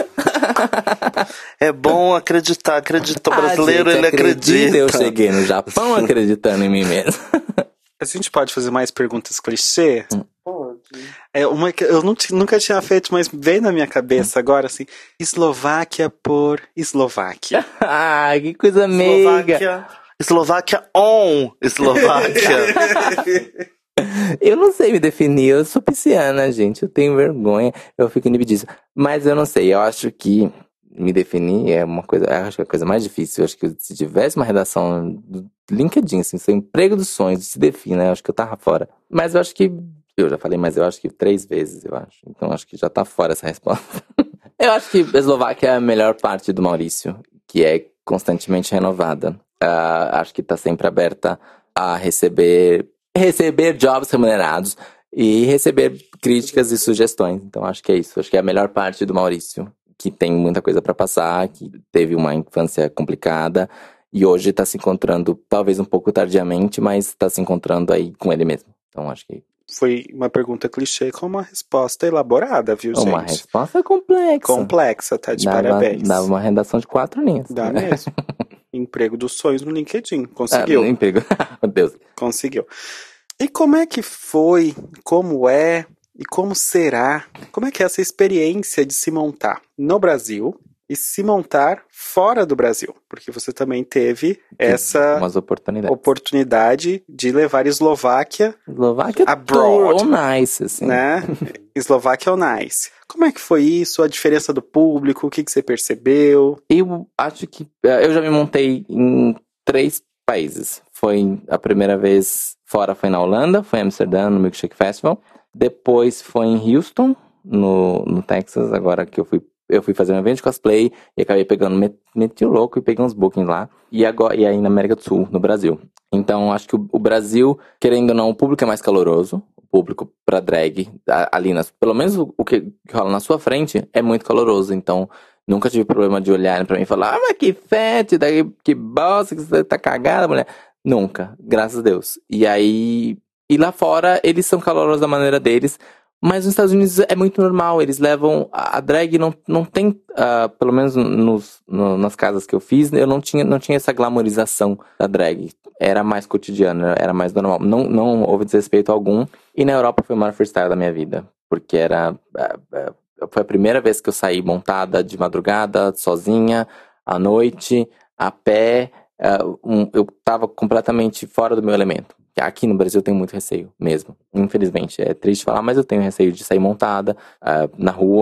É bom acreditar, acredita. O brasileiro, Ah, gente, ele acredita. Eu cheguei no Japão acreditando em mim mesmo. A gente pode fazer mais perguntas clichê? Pode. É uma que eu não ti- nunca tinha feito, mas veio na minha cabeça agora, assim. Eslováquia por Eslováquia. Ah, que coisa meiga. Eslováquia. Eslováquia on Eslováquia. Eu não sei me definir, eu sou pisciana, gente. Eu tenho vergonha, eu fico inibidíssima. Mas eu não sei, eu acho que me definir é uma coisa, eu acho que é a coisa mais difícil. Eu acho que se tivesse uma redação do LinkedIn, assim, seu emprego dos sonhos, se defina, eu acho que eu tava fora. Mas eu acho que, eu já falei, mas eu acho que três vezes, eu acho. Então eu acho que já tá fora essa resposta. Eu acho que a Eslováquia é a melhor parte do Maurício, que é constantemente renovada. Uh, acho que tá sempre aberta a receber, receber jobs remunerados e receber críticas e sugestões. Então acho que é isso. Acho que é a melhor parte do Maurício, que tem muita coisa pra passar, que teve uma infância complicada e hoje tá se encontrando, talvez um pouco tardiamente, mas tá se encontrando aí com ele mesmo. Então acho que Foi uma pergunta clichê com uma resposta elaborada, viu, gente? uma resposta complexa. Complexa, tá de dava, parabéns. Dava uma redação de quatro linhas. Dá mesmo. Emprego dos sonhos no LinkedIn. Conseguiu. Ah, emprego. Meu Deus. Conseguiu. E como é que foi, como é e como será, como é que é essa experiência de se montar no Brasil e se montar fora do Brasil? Porque você também teve essa Umas oportunidades. oportunidade de levar Eslováquia, Eslováquia Abroad. tour, ou nice, assim. né? Eslováquia on Ice. Como é que foi isso? A diferença do público? O que, que você percebeu? Eu acho que eh, eu já me montei em três países. Foi a primeira vez fora, foi na Holanda, foi em Amsterdã, no Milkshake Festival. Depois foi em Houston, no, no Texas, agora que eu fui, eu fui fazer um evento de cosplay e acabei pegando, met- meti o louco e peguei uns bookings lá. E, agora, e aí na América do Sul, no Brasil. Então acho que o, o Brasil, querendo ou não, o público é mais caloroso. O público pra drag, a- ali, nas, pelo menos o, o que, que rola na sua frente, é muito caloroso. Então nunca tive problema de olharem pra mim e falar: ah, mas que fete, que bosta, que você tá cagada, mulher. Nunca, graças a Deus. E aí, e lá fora, eles são calorosos da maneira deles, mas nos Estados Unidos é muito normal, eles levam, a a drag não, não tem, uh, pelo menos nos, no, nas casas que eu fiz, eu não tinha, não tinha essa glamorização da drag, era mais cotidiano, era mais normal, não, não houve desrespeito algum, e na Europa foi o maior freestyle da minha vida, porque era, uh, uh, foi a primeira vez que eu saí montada de madrugada, sozinha, à noite, a pé. Uh, um, eu tava completamente fora do meu elemento. Aqui no Brasil eu tenho muito receio, mesmo. Infelizmente, é triste falar, mas eu tenho receio de sair montada uh, na rua.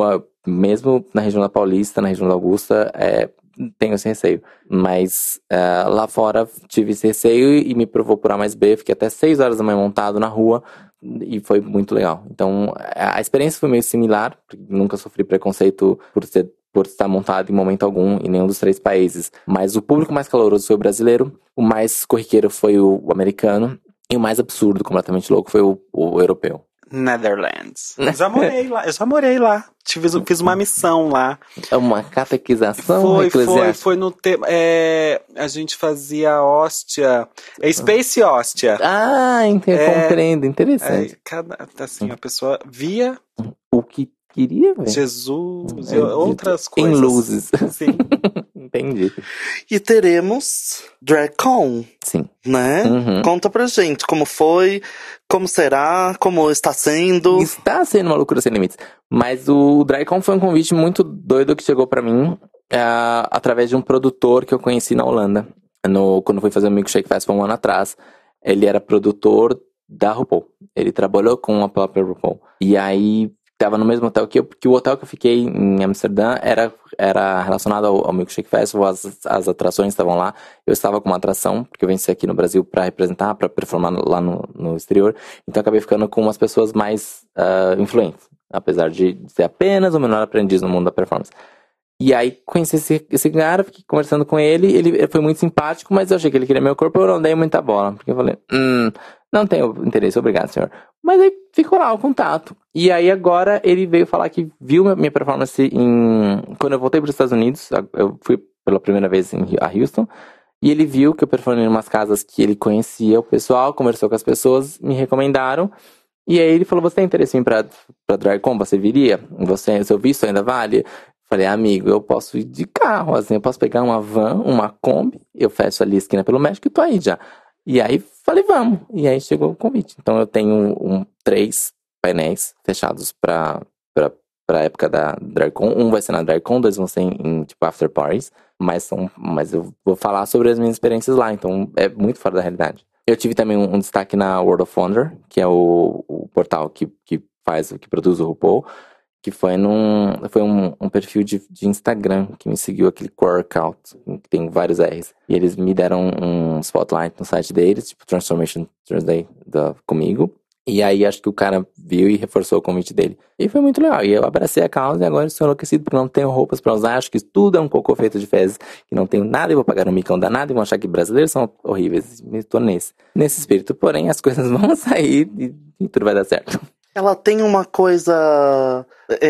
mesmo na região da Paulista, na região da Augusta, é, tenho esse receio. Mas uh, lá fora tive esse receio e me provou por A mais B. Fiquei até seis horas da manhã montado na rua e foi muito legal. Então a experiência foi meio similar. Nunca sofri preconceito por ser por estar montado em momento algum em nenhum dos três países. Mas o público mais caloroso foi o brasileiro, o mais corriqueiro foi o, o americano, e o mais absurdo, completamente louco, foi o, o europeu. Netherlands. Eu já morei lá, eu já morei lá. Tive, fiz uma missão lá. É uma catequização Foi, eclesiástica. foi, foi no tema. É, a gente fazia hóstia. É Space Hóstia. Ah, entendi, É, compreendo, interessante. É, cada, assim, a pessoa via O que queria ver. Jesus É, e outras em coisas. luzes. Sim. Entendi. E teremos DragCon, Sim. né? Uhum. Conta pra gente como foi, como será, como está sendo. Está sendo uma loucura sem limites. Mas o DragCon foi um convite muito doido que chegou pra mim uh, através de um produtor que eu conheci na Holanda. No, quando fui fazer o Milkshake Festival um ano atrás. Ele era produtor da RuPaul. Ele trabalhou com a própria RuPaul. E aí tava no mesmo hotel que eu, porque o hotel que eu fiquei em Amsterdã era, era relacionado ao, ao Milkshake Festival, as, as atrações estavam lá. Eu estava com uma atração, porque eu venci aqui no Brasil pra representar, pra performar lá no, no exterior. Então eu acabei ficando com umas pessoas mais uh, influentes, apesar de ser apenas o menor aprendiz no mundo da performance. E aí conheci esse, esse cara, fiquei conversando com ele, ele, ele foi muito simpático, mas eu achei que ele queria meu corpo, eu não dei muita bola, porque eu falei, hum, não tenho interesse, obrigado, senhor. Mas aí ficou lá o contato. E aí agora ele veio falar que viu minha performance em... Quando eu voltei para os Estados Unidos, eu fui pela primeira vez em, a Houston, e ele viu que eu performei em umas casas que ele conhecia o pessoal, conversou com as pessoas, me recomendaram, e aí ele falou, você tem interesse em ir pra, pra DragCon? Você viria? Você, seu visto ainda vale? Falei, amigo, eu posso ir de carro, assim, eu posso pegar uma van, uma Kombi, eu fecho ali a esquina pelo México e tô aí já. E aí, falei, vamos. E aí chegou o convite. Então eu tenho um, três painéis fechados pra, pra, pra época da DragCon. Um vai ser na DragCon, dois vão ser em, em tipo, after parties. Mas, são, mas eu vou falar sobre as minhas experiências lá, então é muito fora da realidade. Eu tive também um, um destaque na World of Wonder, que é o, o portal que, que faz, que produz o RuPaul. Que foi num. Foi um, um perfil de, de Instagram que me seguiu, aquele Workout, que tem vários R's. E eles me deram um spotlight no site deles, tipo Transformation Thursday da, comigo. E aí acho que o cara viu e reforçou o convite dele. E foi muito legal. E eu abracei a causa e agora estou enlouquecido porque não tenho roupas pra usar. Acho que tudo é um cocô feito de fezes. Que não tenho nada e vou pagar um micão danado e vão achar que brasileiros são horríveis. Me tô nesse, nesse espírito. Porém, as coisas vão sair e, e tudo vai dar certo. Ela tem uma coisa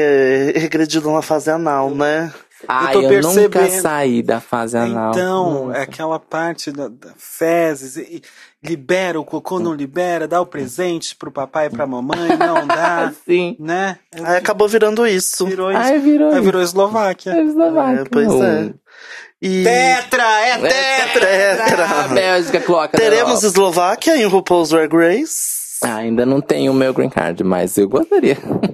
é, regredida na fase anal, né? Ah, eu, tô eu nunca percebendo. saí da fase anal. Então, Nunca. é aquela parte da, da fezes, e, e libera o cocô, não libera, dá o presente pro papai e pra mamãe, não dá, Sim. né? Aí acabou virando isso. Virou, Ai, virou. aí virou Eslováquia. É Eslováquia. É, pois é. E Tetra, é tetra! Tetra. A Bélgica coloca. teremos Eslováquia em RuPaul's Drag Race. Ah, ainda não tenho o meu green card, mas eu gostaria.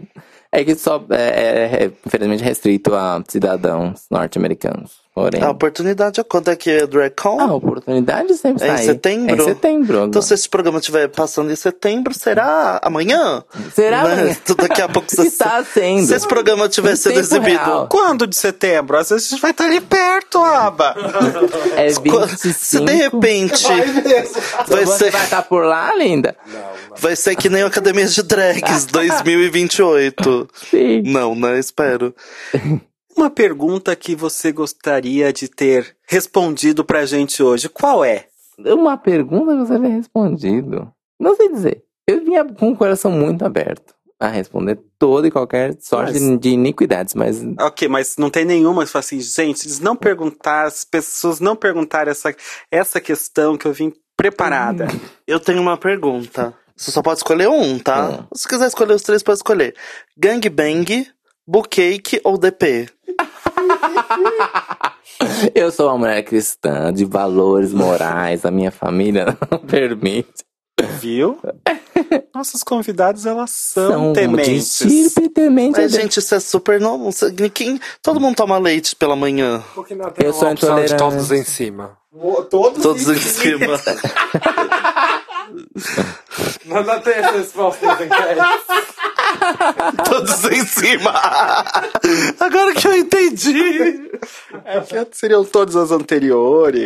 É que só é, é, é infelizmente restrito a cidadãos norte-americanos. Porém, A oportunidade é quando é que é DragCon? a oportunidade sempre É em sai. setembro? É em setembro. Então, se esse programa estiver passando em setembro, será amanhã? Será Né? amanhã? Daqui a pouco você... Está sendo. Se esse programa tiver Em sido tempo exibido... real. Quando de setembro? Às vezes a gente vai estar ali perto, aba. É Se vinte e cinco. de repente vai Você ser, vai estar por lá, linda? vai ser que nem a Academia de Drags dois mil e vinte e oito. Sim. Não, né? Espero. Uma pergunta que você gostaria de ter respondido pra gente hoje, qual é? Uma pergunta que você havia respondido. Não sei dizer. Eu vinha com o coração muito aberto a responder toda e qualquer sorte Mas- de iniquidades, mas Ok, mas não tem nenhuma que fala assim, gente, eles não perguntaram, as pessoas não perguntaram essa, essa questão que eu vim preparada. Eu tenho uma pergunta. Você só pode escolher um, tá? Hum. Se quiser escolher os três, pode escolher. Gangbang, Bookcake ou D P? eu sou uma mulher cristã, de valores morais, a minha família não permite. Viu? Nossas convidadas, elas são, São de tementes. estirpe temente. Mas, gente, isso é super normal. Quem... Todo mundo toma leite pela manhã. Porque não tem Eu uma sou opção de intolerante. todos em cima. Todos, Todos em cima. Não, não tem essa resposta em enquete. Todos em cima. Agora que eu entendi. É que seriam todas as anteriores.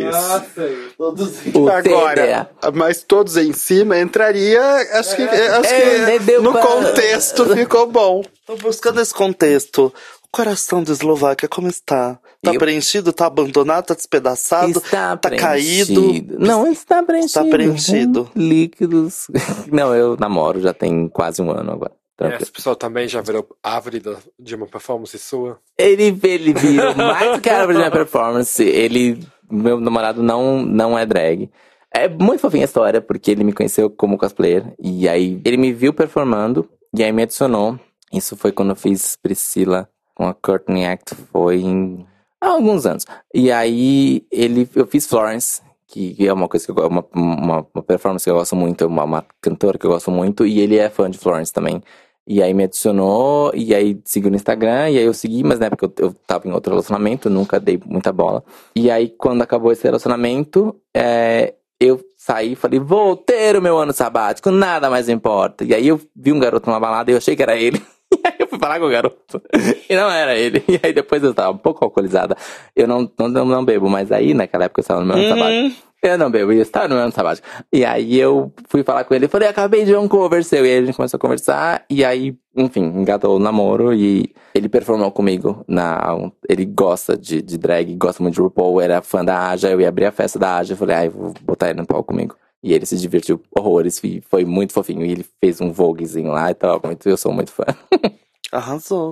Todos em O Agora, mas todos em cima entraria. Acho que, acho É, que deu no pra- contexto ficou bom. Tô buscando esse contexto. O coração da Eslováquia, como está? Tá Eu- preenchido, tá abandonado, tá despedaçado, Está tá preenchido. caído. Não, está preenchido. Está preenchido. Com líquidos. Não, eu namoro já tem quase um ano agora. Tranquilo. Essa pessoa também já virou árvore da- de uma performance sua? Ele, ele virou mais que a árvore da performance. Ele, meu namorado não, não é drag. É muito fofinha a história, porque ele me conheceu como cosplayer. E aí, ele me viu performando, e aí me adicionou. Isso foi quando eu fiz Priscila com a Courtney Act, foi em há alguns anos. E aí, ele, eu fiz Florence, que é uma coisa que eu gosto, uma, uma, uma performance que eu gosto muito, uma, uma cantora que eu gosto muito, e ele é fã de Florence também. E aí me adicionou, e aí seguiu no Instagram, e aí eu segui, mas na época eu, eu tava em outro relacionamento, nunca dei muita bola. E aí, quando acabou esse relacionamento, é, eu saí e falei, vou ter o meu ano sabático, nada mais importa. E aí eu vi um garoto numa balada e eu achei que era ele. E aí eu fui falar com o garoto. E não era ele. E aí depois eu tava um pouco alcoolizada. Eu não, não, não, não bebo, mas aí naquela época eu estava no meu ano sabático. Eu não bebo, eu estava no meu ano sabático. E aí eu fui falar com ele e falei, acabei de ver um cover seu. E aí a gente começou a conversar. E aí, enfim, engatou o namoro. E ele performou comigo. Na, ele gosta de, de drag, gosta muito de RuPaul. Era fã da Aja. Eu ia abrir a festa da Aja. Eu falei, ai, vou botar ele no palco comigo. E ele se divertiu horrores. E foi muito fofinho. E ele fez um voguezinho lá e tal. Eu sou muito fã. Arrasou.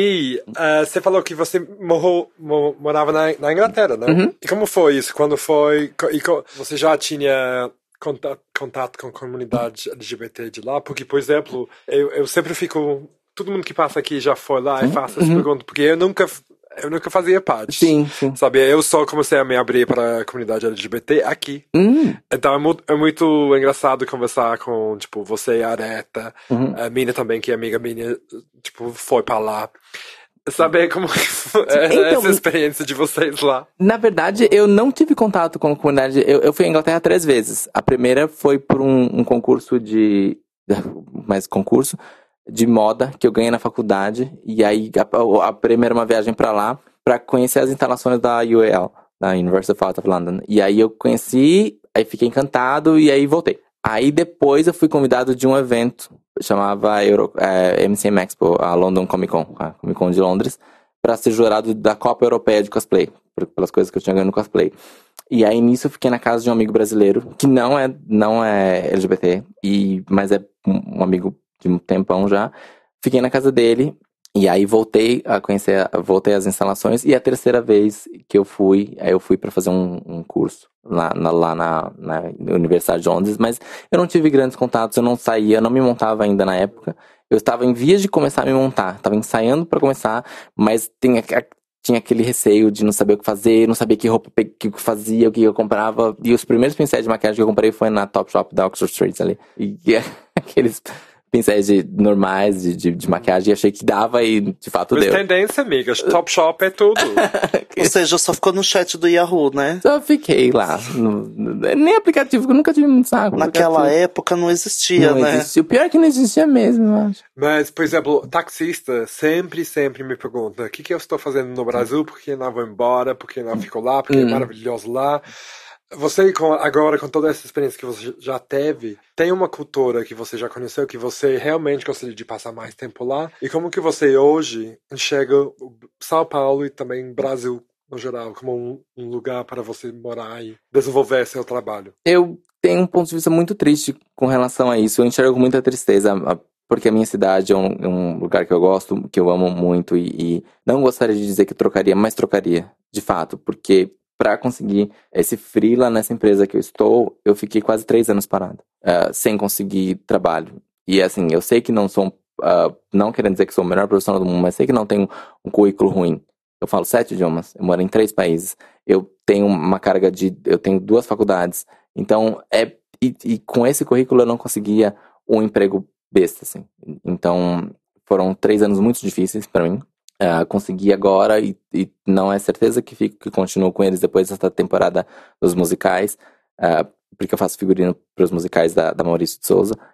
E eh, você falou que você morou, mo- morava na, na Inglaterra, né? Uhum. E como foi isso? Quando foi? Co- E co- você já tinha contato, contato com a comunidade L G B T de lá? Porque, por exemplo, eu, eu sempre fico... Todo mundo que passa aqui já foi lá e faço essa pergunta, porque eu nunca, eu nunca fazia parte. Sim, sim. Sabe, eu só comecei a me abrir para a comunidade L G B T aqui. Hum, Então é muito, é muito engraçado conversar com, tipo, você e a Areta, Uhum. a Mina também, que é amiga minha, tipo, foi pra lá. Saber como que foi Então- essa experiência de vocês lá. Na verdade, eu não tive contato com a comunidade. Eu, eu fui à Inglaterra três vezes. A primeira foi por um, um concurso de... Mais concurso de moda que eu ganhei na faculdade. E aí, a, a primeira uma viagem pra lá pra conhecer as instalações da U A L, da University of London. E aí eu conheci, aí fiquei encantado e aí voltei. Aí depois eu fui convidado de um evento, chamava Euro, é, M C M Expo, a London Comic Con, a Comic Con de Londres, pra ser jurado da Copa Europeia de Cosplay, por- pelas coisas que eu tinha ganho no cosplay. E aí nisso eu fiquei na casa de um amigo brasileiro, que não é, não é L G B T, e, mas é um um amigo de um tempão já. Fiquei na casa dele, e aí voltei a conhecer, voltei às instalações, e a terceira vez que eu fui, aí eu fui pra fazer um, um curso lá, na, lá na, na Universidade de Londres, mas eu não tive grandes contatos, eu não saía, eu não me montava ainda na época. Eu estava em vias de começar a me montar, estava ensaiando pra começar, mas tinha, tinha aquele receio de não saber o que fazer, não sabia que roupa pe- que eu fazia, o que eu comprava. E os primeiros pincéis de maquiagem que eu comprei foi na Topshop da Oxford Street ali. E aqueles pincéis de, normais de, de, de maquiagem, e achei que dava e de fato Mas deu. tendência, amigas. Top Shop é tudo. Ou seja, só ficou no chat do Yahoo, né? Só fiquei lá. No, no- nem aplicativo, que eu nunca tive muito saco. Naquela aplicativo. época não existia, Não né? existia. O pior é que não existia mesmo, eu acho. Mas, por exemplo, taxista sempre, sempre me pergunta o que, que eu estou fazendo no Brasil, por que não vou embora, por que não fico lá, porque é maravilhoso lá. Você, com- agora, com toda essa experiência que você já teve, tem uma cultura que você já conheceu, que você realmente gostaria de passar mais tempo lá? E como que você hoje enxerga o São Paulo e também Brasil, no geral, como um, um lugar para você morar e desenvolver seu trabalho? Eu tenho um ponto de vista muito triste com relação a isso. Eu enxergo com muita tristeza, a- porque a minha cidade é um, é um lugar que eu gosto, que eu amo muito, e, e não gostaria de dizer que trocaria, mas trocaria, de fato, porque para conseguir esse freela nessa empresa que eu estou, eu fiquei quase três anos parado, uh, sem conseguir trabalho. E assim, eu sei que não sou, uh, não querendo dizer que sou o melhor profissional do mundo, mas sei que não tenho um currículo ruim. Eu falo sete idiomas, eu moro em três países, eu tenho uma carga de, eu tenho duas faculdades, então é, e, e com esse currículo eu não conseguia um emprego besta, assim. Então foram três anos muito difíceis para mim. Uh, consegui agora e, e não é certeza que fico, que continuo com eles depois dessa temporada dos musicais, uh, porque eu faço figurino para os musicais da, da Maurício de Souza. E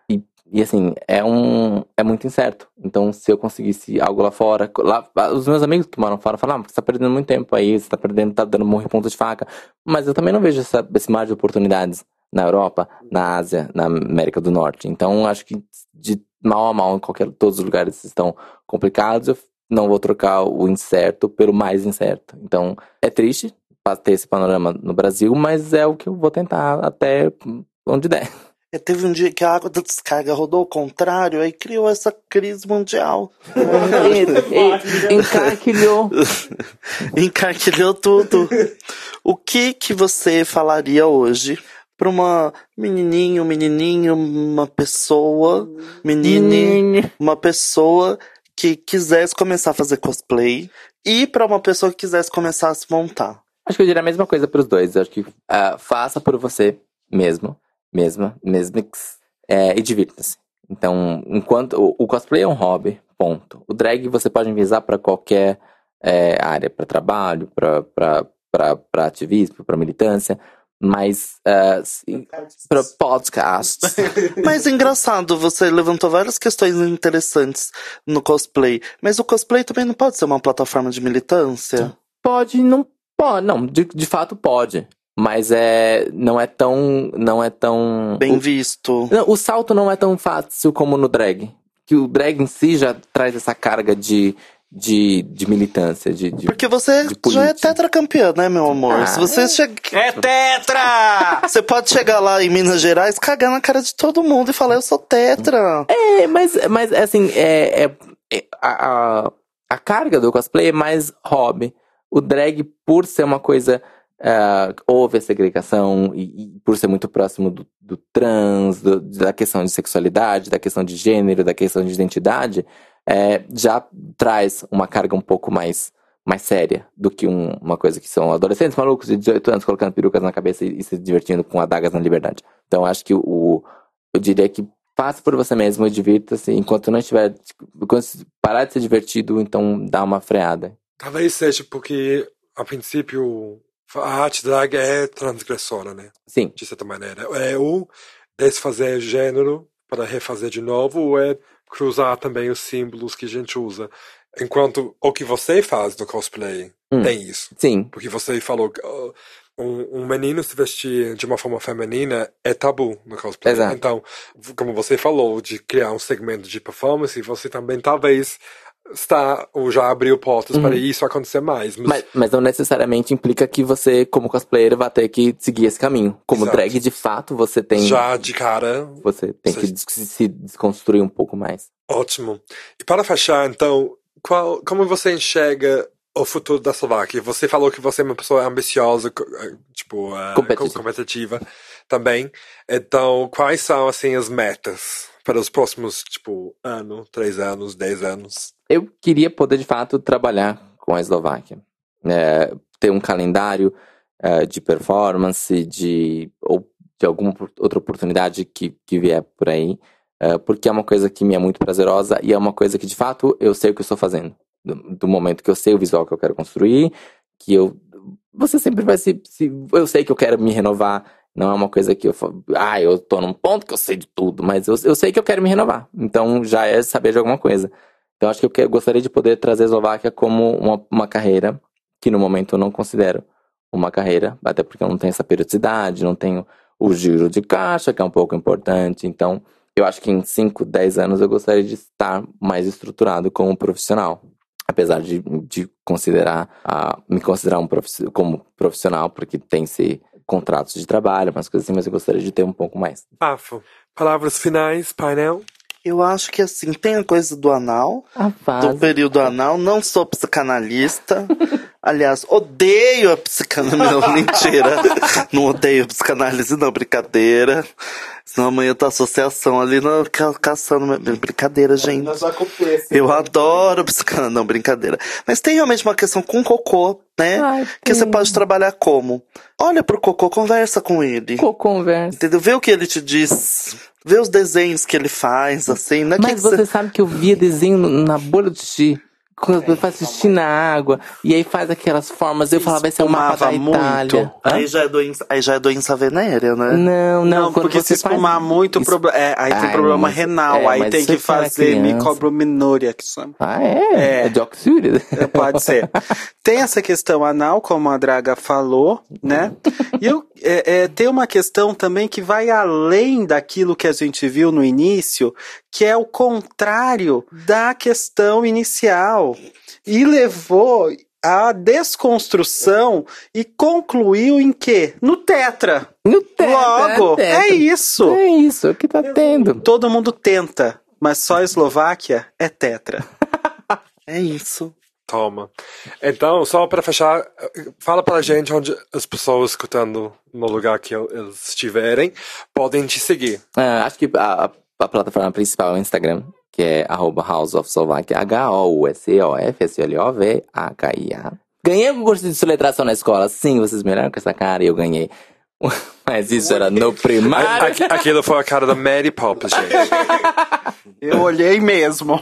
E assim, é um é muito incerto. Então, se eu conseguisse algo lá fora, lá, os meus amigos que moram fora falam, ah, você tá perdendo muito tempo aí, você tá perdendo, tá dando morro em ponta de faca. Mas eu também não vejo essa, esse mar de oportunidades na Europa, na Ásia, na América do Norte. Então, acho que de mal a mal, em qualquer, todos os lugares estão complicados, eu não vou trocar o incerto pelo mais incerto. Então, é triste ter esse panorama no Brasil, mas é o que eu vou tentar até onde der. É, teve um dia que a água da descarga rodou ao contrário, aí criou essa crise mundial. Encarquilhou. Encarquilhou tudo. O que que você falaria hoje para uma menininho, menininho, uma pessoa, menine, uma pessoa que quisesse começar a fazer cosplay e para uma pessoa que quisesse começar a se montar? Acho que eu diria a mesma coisa para os dois. Acho que uh, faça por você mesmo. Mesma, mesmix, é, e divirta-se. Então, enquanto o, o cosplay é um hobby, ponto. O drag você pode enviesar para qualquer é, área, para trabalho, para ativismo, para militância, mas uh, para podcast. Mas é engraçado, você levantou várias questões interessantes no cosplay, mas o cosplay também não pode ser uma plataforma de militância? Pode, não pode, não, de, de fato pode. Mas é, não é tão, não é tão... Bem o, visto. Não, o salto não é tão fácil como no drag. Que o drag em si já traz essa carga de, de, de militância, de, de Porque você de já é tetracampeã, né, meu amor? Ah, Se você chega... É tetra! Você pode chegar lá em Minas Gerais, cagar na cara de todo mundo e falar, eu sou tetra. É, mas, mas assim, é, é, é a, a, a carga do cosplay é mais hobby. O drag, por ser uma coisa... Uh, houve a segregação e, e por ser muito próximo do, do trans, do, da questão de sexualidade, da questão de gênero, da questão de identidade, é, já traz uma carga um pouco mais, mais séria do que um, uma coisa que são adolescentes malucos de dezoito anos colocando perucas na cabeça e, e se divertindo com adagas na liberdade. Então acho que o, eu diria que faça por você mesmo e divirta-se enquanto não estiver, quando parar de ser divertido, então dá uma freada. Talvez seja porque, a princípio, a arte drag é transgressora, né? Sim. De certa maneira. É o desfazer gênero para refazer de novo, ou é cruzar também os símbolos que a gente usa. Enquanto o que você faz no cosplay hum. tem isso. Sim. Porque você falou que uh, um, um menino se vestir de uma forma feminina é tabu no cosplay. Exato. Então, como você falou, de criar um segmento de performance, você também talvez... está ou já abriu portas uhum. para isso acontecer mais. Mas... Mas, mas não necessariamente implica que você, como cosplayer, vai ter que seguir esse caminho. Como Exato. Drag, de fato, você tem... Já de cara... Você tem você... que se desconstruir um pouco mais. Ótimo. E para fechar, então, qual, como você enxerga o futuro da Eslováquia? Você falou que você é uma pessoa ambiciosa, tipo, uh, competitiva. competitiva também. Então, quais são, assim, as metas para os próximos, tipo, ano, três anos, dez anos? Eu queria poder, de fato, trabalhar com a Eslováquia. É, ter um calendário é, de performance, de, ou de alguma outra oportunidade que, que vier por aí. É, porque é uma coisa que me é muito prazerosa e é uma coisa que, de fato, eu sei o que eu estou fazendo. Do, do momento que eu sei o visual que eu quero construir, que eu... Você sempre vai se... se eu sei que eu quero me renovar. Não é uma coisa que eu falo, ah, eu tô num ponto que eu sei de tudo, mas eu, eu sei que eu quero me renovar. Então já é saber de alguma coisa. Então acho que eu, que, eu gostaria de poder trazer a Eslováquia como uma, uma carreira que no momento eu não considero uma carreira, até porque eu não tenho essa periodicidade, não tenho o giro de caixa, que é um pouco importante. Então eu acho que em cinco, dez anos eu gostaria de estar mais estruturado como profissional. Apesar de, de considerar, uh, me considerar um profiss- como profissional, porque tem-se contratos de trabalho, umas coisas assim, mas eu gostaria de ter um pouco mais. Bafo. Palavras finais, painel? Eu acho que assim, tem a coisa do anal, a do período anal, não sou psicanalista. Aliás, odeio a psicanálise. Não, mentira. Não odeio a psicanálise, não, brincadeira. Senão amanhã tá associação ali na, ca, caçando. Brincadeira, gente. Eu adoro psicanálise. Não, brincadeira. Mas tem realmente uma questão com cocô, né? Ai, que você pode trabalhar como? Olha pro cocô, conversa com ele. Cocô, conversa. Entendeu? Vê o que ele te diz. Vê os desenhos que ele faz, assim, né? Mas que você cê... sabe que eu via desenho na bolha do xixi. Quando faz xixi na água. E aí faz aquelas formas. Eu falava, esse é o mapa da Itália. Aí já, é doença, aí já é doença venérea, né? Não, não. Não, quando porque você se espumar faz... muito, Isso... proble... é, aí Ai, tem problema mas... renal. é, aí tem que fazer microalbuminúria, que chama. Ah, é? É, é de oxúria? Pode ser. Tem essa questão anal, como a Draga falou, né? E eu, é, é, tem uma questão também que vai além daquilo que a gente viu no início, que é o contrário da questão inicial. E levou a desconstrução e concluiu em quê? No Tetra. No Tetra. Logo, tetra. é isso. É isso, é o que tá tendo. Todo mundo tenta, mas só a Eslováquia é Tetra. É isso. Toma. Então, só para fechar, fala pra gente onde as pessoas escutando no lugar que eles estiverem podem te seguir. Ah, acho que a, a plataforma principal é o Instagram, que é arroba House of Slovakia, H O U S O F S L O V A K I A. Ganhei um curso de soletração na escola, sim, vocês me olharam com essa cara e eu ganhei. Mas isso era no primário. Aqu- Aquilo foi a cara da Mary Poppins, gente. Eu olhei mesmo.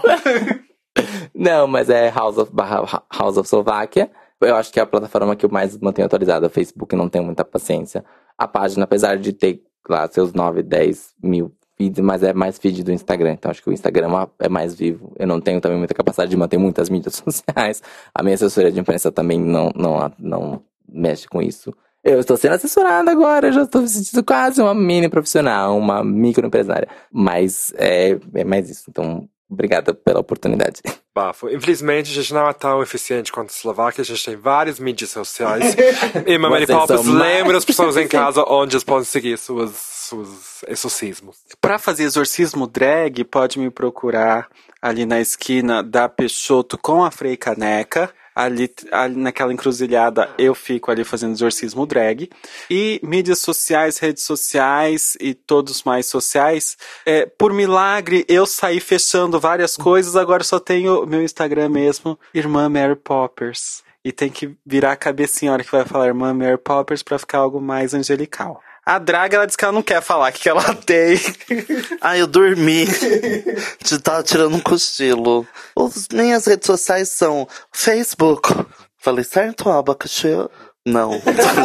Não, mas é House of, House of Slovakia. Eu acho que é a plataforma que eu mais mantenho atualizada. O Facebook não tenho muita paciência. A página, apesar de ter lá seus nove, dez mil feeds, mas é mais feed do Instagram. Então acho que o Instagram é mais vivo. Eu não tenho também muita capacidade de manter muitas mídias sociais. A minha assessoria de imprensa também não, não, não mexe com isso. Eu estou sendo assessorada agora, já estou me sentindo quase uma mini profissional, uma microempresária. Mas é, é mais isso. Então, obrigada pela oportunidade. Bafo. Infelizmente, a gente não é tão eficiente quanto a Eslováquia. A gente tem várias mídias sociais. E Mary Poppins lembra as pessoas em casa onde eles podem seguir suas, seus exorcismos. Para fazer exorcismo drag, pode me procurar ali na esquina da Peixoto com a Frei Caneca. Ali, ali naquela encruzilhada eu fico ali fazendo exorcismo drag. E mídias sociais, redes sociais e todos mais sociais. É, por milagre eu saí fechando várias coisas, agora só tenho meu Instagram mesmo, Irmã Mary Poppers. E tem que virar a cabecinha a hora que vai falar Irmã Mary Poppers pra ficar algo mais angelical. A Draga, ela disse que ela não quer falar o que ela tem. Ah, eu dormi. De tava tirando um cochilo. As minhas redes sociais são Facebook. Falei certo, abacaxi? Não.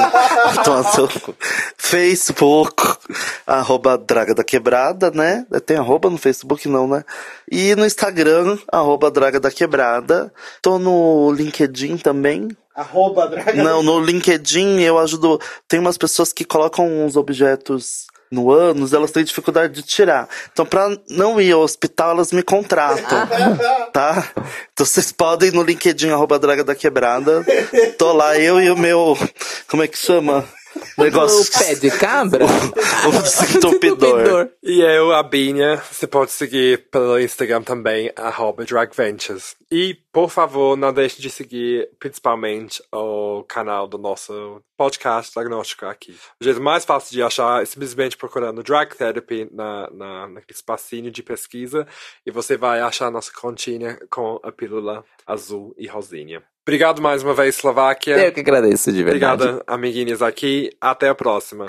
Então, Facebook, arroba Draga da Quebrada, né? Tem arroba no Facebook, não, né? E no Instagram, arroba Draga da Quebrada. Tô no LinkedIn também. Arroba Draga. Não, no LinkedIn eu ajudo. Tem umas pessoas que colocam uns objetos no ânus, elas têm dificuldade de tirar. Então, pra não ir ao hospital, elas me contratam, tá? Então, vocês podem ir no LinkedIn, arroba Draga da Quebrada. Tô lá, eu e o meu... Como é que chama? Negócio... O pé de cabra? O desentupidor. E eu, a Binha, você pode seguir pelo Instagram também, arroba dragventures. E, por favor, não deixe de seguir principalmente o canal do nosso podcast diagnóstico aqui. O jeito mais fácil de achar é simplesmente procurando Drag Therapy na, na, naquele espacinho de pesquisa e você vai achar a nossa continha com a pílula azul e rosinha. Obrigado mais uma vez, Eslováquia. Eu que agradeço, de verdade. Obrigada, amiguinhas aqui. Até a próxima.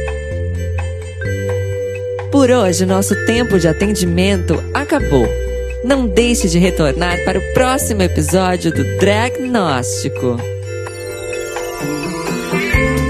Por hoje, nosso tempo de atendimento acabou. Não deixe de retornar para o próximo episódio do Dragnóstico.